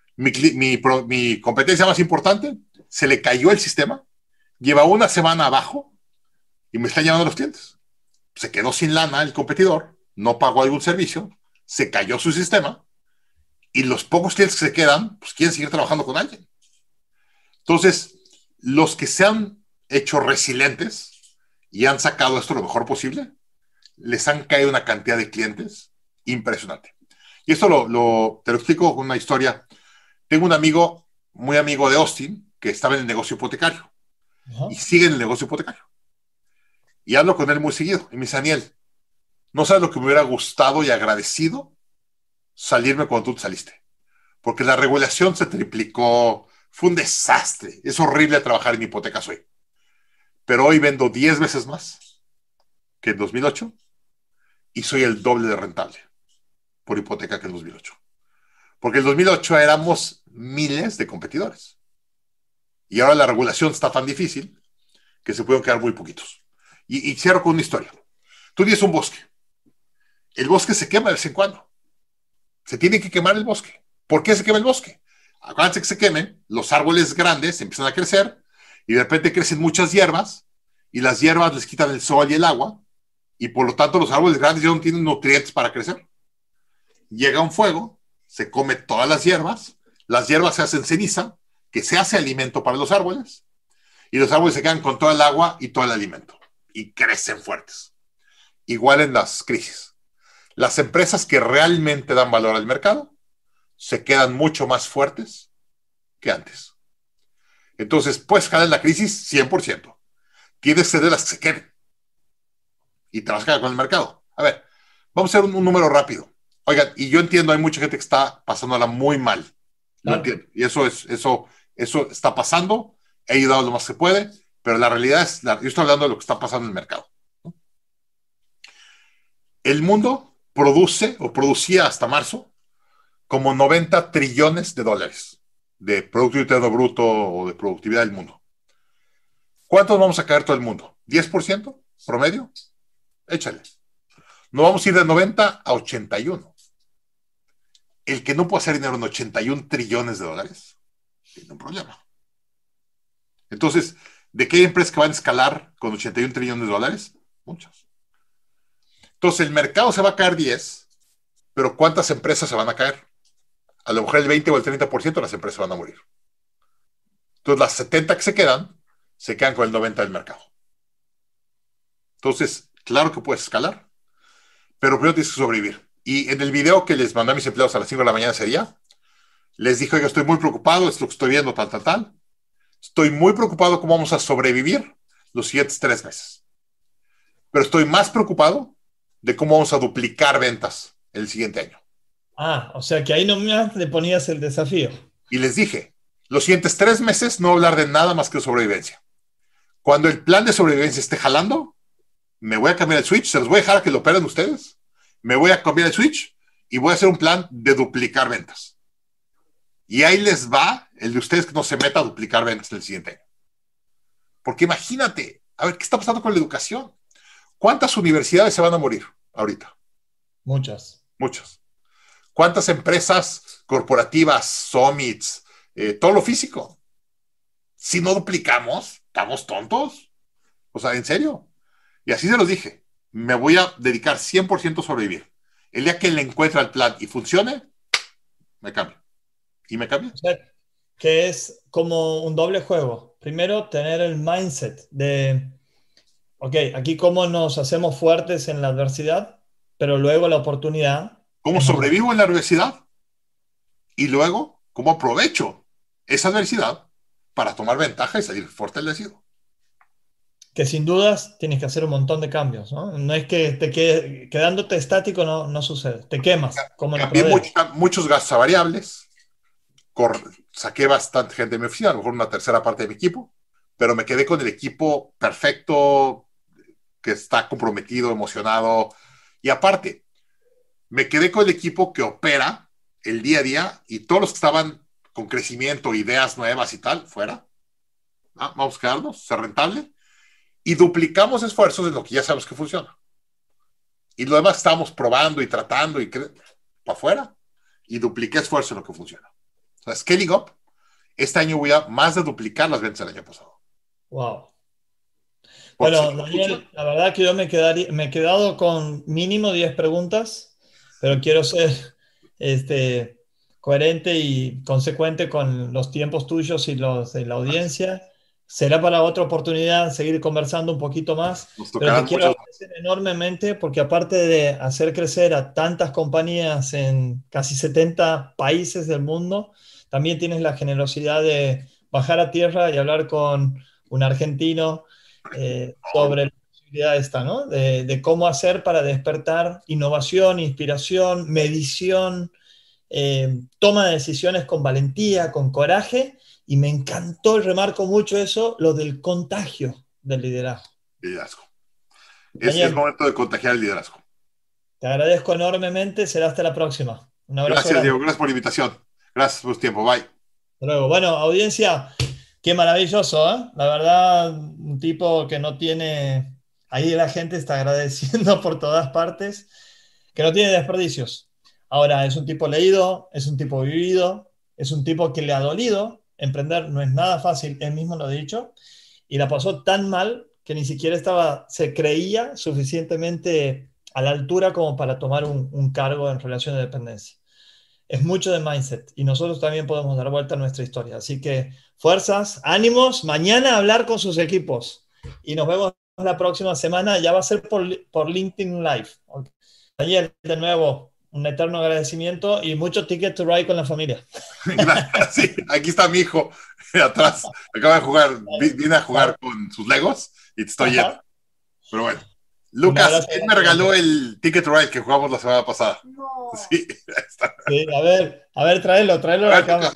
mi competencia más importante, se le cayó el sistema, lleva una semana abajo y me están llamando los clientes. Se quedó sin lana el competidor, no pagó algún servicio, se cayó su sistema y los pocos clientes que se quedan, pues quieren seguir trabajando con alguien. Entonces, los que se han hecho resilientes y han sacado esto lo mejor posible, les han caído una cantidad de clientes impresionante. Y esto te lo explico con una historia. Tengo un amigo, muy amigo de Austin, que estaba en el negocio hipotecario y sigue en el negocio hipotecario. Y hablo con él muy seguido. Y me dice, Daniel, no sabes lo que me hubiera gustado y agradecido salirme cuando tú te saliste. Porque la regulación se triplicó, fue un desastre. Es horrible trabajar en hipotecas hoy. Pero hoy vendo 10 veces más que en 2008 y soy el doble de rentable por hipoteca que en 2008. Porque en 2008 éramos miles de competidores. Y ahora la regulación está tan difícil que se pueden quedar muy poquitos. Y cierro con una historia. Tú tienes un bosque. El bosque se quema de vez en cuando. Se tiene que quemar el bosque. ¿Por qué se quema el bosque? Acuérdense que se quemen, los árboles grandes empiezan a crecer y de repente crecen muchas hierbas y las hierbas les quitan el sol y el agua y por lo tanto los árboles grandes ya no tienen nutrientes para crecer. Llega un fuego, se come todas las hierbas se hacen ceniza, que se hace alimento para los árboles y los árboles se quedan con todo el agua y todo el alimento y crecen fuertes. Igual en las crisis. Las empresas que realmente dan valor al mercado se quedan mucho más fuertes que antes. Entonces, puedes caer en la crisis 100%. Tienes que ser de las que se queden. Y te vas a quedar con el mercado. A ver, vamos a hacer un número rápido. Oigan, y yo entiendo, hay mucha gente que está pasándola muy mal. Lo entiendo. Y eso está pasando. He ayudado lo más que puede, pero la realidad es, yo estoy hablando de lo que está pasando en el mercado. El mundo produce o producía hasta marzo como 90 trillones de dólares de Producto Interno Bruto o de productividad del mundo. ¿Cuántos vamos a caer todo el mundo? ¿10% promedio? Échale. No vamos a ir de 90 a 81. El que no puede hacer dinero en 81 trillones de dólares tiene un problema. Entonces, ¿de qué hay empresas que van a escalar con 81 trillones de dólares? Muchas. Entonces, el mercado se va a caer 10, pero ¿cuántas empresas se van a caer? A lo mejor el 20 o el 30% de las empresas van a morir. Entonces, las 70 que se quedan con el 90 del mercado. Entonces, claro que puedes escalar, pero primero tienes que sobrevivir. Y en el video que les mandé a mis empleados a las 5 de la mañana ese día, les dije, oiga, estoy muy preocupado, es lo que estoy viendo, tal. Estoy muy preocupado cómo vamos a sobrevivir los siguientes 3 meses. Pero estoy más preocupado de cómo vamos a duplicar ventas el siguiente año. O sea que ahí nomás le ponías el desafío. Y les dije, los siguientes 3 meses no voy a hablar de nada más que de sobrevivencia. Cuando el plan de sobrevivencia esté jalando, me voy a cambiar el switch, se los voy a dejar a que lo operen ustedes, me voy a cambiar el switch y voy a hacer un plan de duplicar ventas. Y ahí les va el de ustedes que no se meta a duplicar ventas en el siguiente año. Porque imagínate, a ver, ¿qué está pasando con la educación? ¿Cuántas universidades se van a morir ahorita? Muchas. ¿Cuántas empresas corporativas, summits, todo lo físico? Si no duplicamos, ¿estamos tontos? O sea, ¿en serio? Y así se los dije. Me voy a dedicar 100% a sobrevivir. El día que le encuentre el plan y funcione, me cambio. Y me cambio. O sea, que es como un doble juego. Primero, tener el mindset de, ok, aquí cómo nos hacemos fuertes en la adversidad, pero luego la oportunidad. ¿Cómo sobrevivo en la adversidad? Y luego, ¿cómo aprovecho esa adversidad para tomar ventaja y salir fortalecido? Que sin dudas tienes que hacer un montón de cambios, ¿no? No es que quedándote estático no sucede, te quemas. Como Cambié muchos gastos a variables, saqué bastante gente de mi oficina, a lo mejor una tercera parte de mi equipo, pero me quedé con el equipo perfecto, que está comprometido, emocionado, y aparte, me quedé con el equipo que opera el día a día, y todos los que estaban con crecimiento, ideas nuevas y tal, fuera. Vamos a quedarnos, ser rentable, y duplicamos esfuerzos en lo que ya sabemos que funciona. Y lo demás estábamos probando y tratando y para afuera, y dupliqué esfuerzo en lo que funciona. O sea, scaling up, este año voy a más de duplicar las ventas del año pasado. Wow. Bueno, Daniel, la verdad que yo me he quedado con mínimo 10 preguntas, pero quiero ser coherente y consecuente con los tiempos tuyos y los de la audiencia. Será para otra oportunidad seguir conversando un poquito más, pero te quiero agradecer enormemente porque aparte de hacer crecer a tantas compañías en casi 70 países del mundo, también tienes la generosidad de bajar a tierra y hablar con un argentino sobre la posibilidad esta, ¿no? De cómo hacer para despertar innovación, inspiración, medición, toma de decisiones con valentía, con coraje. Y me encantó y remarco mucho eso, lo del contagio del liderazgo. Liderazgo. Es el momento de contagiar el liderazgo. Te agradezco enormemente. Será hasta la próxima. Un abrazo. Gracias, grande. Diego. Gracias por la invitación. Gracias por tu tiempo. Bye. Hasta luego. Bueno, audiencia, qué maravilloso, ¿eh? La verdad, un tipo que no tiene... Ahí la gente está agradeciendo por todas partes, que no tiene desperdicios. Ahora, es un tipo leído, es un tipo vivido, es un tipo que le ha dolido. Emprender no es nada fácil, él mismo lo ha dicho, y la pasó tan mal que ni siquiera se creía suficientemente a la altura como para tomar un cargo en relación de dependencia. Es mucho de mindset y nosotros también podemos dar vuelta a nuestra historia. Así que fuerzas, ánimos, mañana hablar con sus equipos y nos vemos la próxima semana. Ya va a ser por LinkedIn Live. Okay. Daniel, de nuevo, un eterno agradecimiento y mucho Ticket to Ride con la familia. Gracias. Sí, aquí está mi hijo atrás. Acaba de jugar, viene a jugar con sus Legos y te estoy yendo. Pero bueno, Lucas, él me regaló el Ticket to Ride que jugamos la semana pasada. No. Sí, ahí está. Sí, a ver, tráelo a la cámara.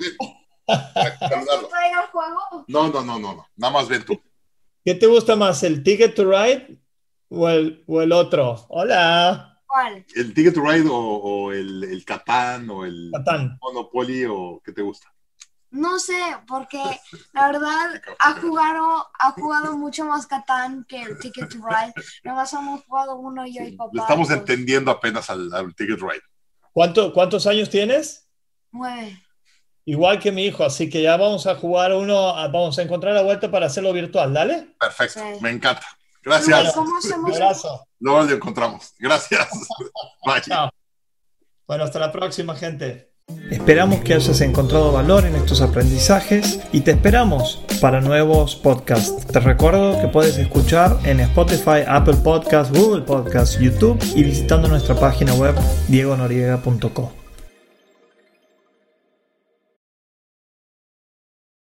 ¿Traigo el juego? No. Nada más ven tú. ¿Qué te gusta más, el Ticket to Ride o el otro? Hola. ¿Cuál? ¿El Ticket to Ride o el Catán o el Catán. Monopoly o qué te gusta? No sé, porque la verdad ha jugado mucho más Catán que el Ticket to Ride. Nada más hemos jugado uno yo y papá. Le estamos entendiendo apenas al Ticket to Ride. ¿Cuántos años tienes? 9. Igual que mi hijo, así que ya vamos a jugar vamos a encontrar la vuelta para hacerlo virtual, ¿dale? Perfecto, Sí. Me encanta. Gracias. ¿Cómo hacemos? Un abrazo. Luego lo encontramos. Gracias. Bye. Chao. Bueno, hasta la próxima, gente. Esperamos que hayas encontrado valor en estos aprendizajes y te esperamos para nuevos podcasts. Te recuerdo que puedes escuchar en Spotify, Apple Podcasts, Google Podcasts, YouTube y visitando nuestra página web diegonoriega.co.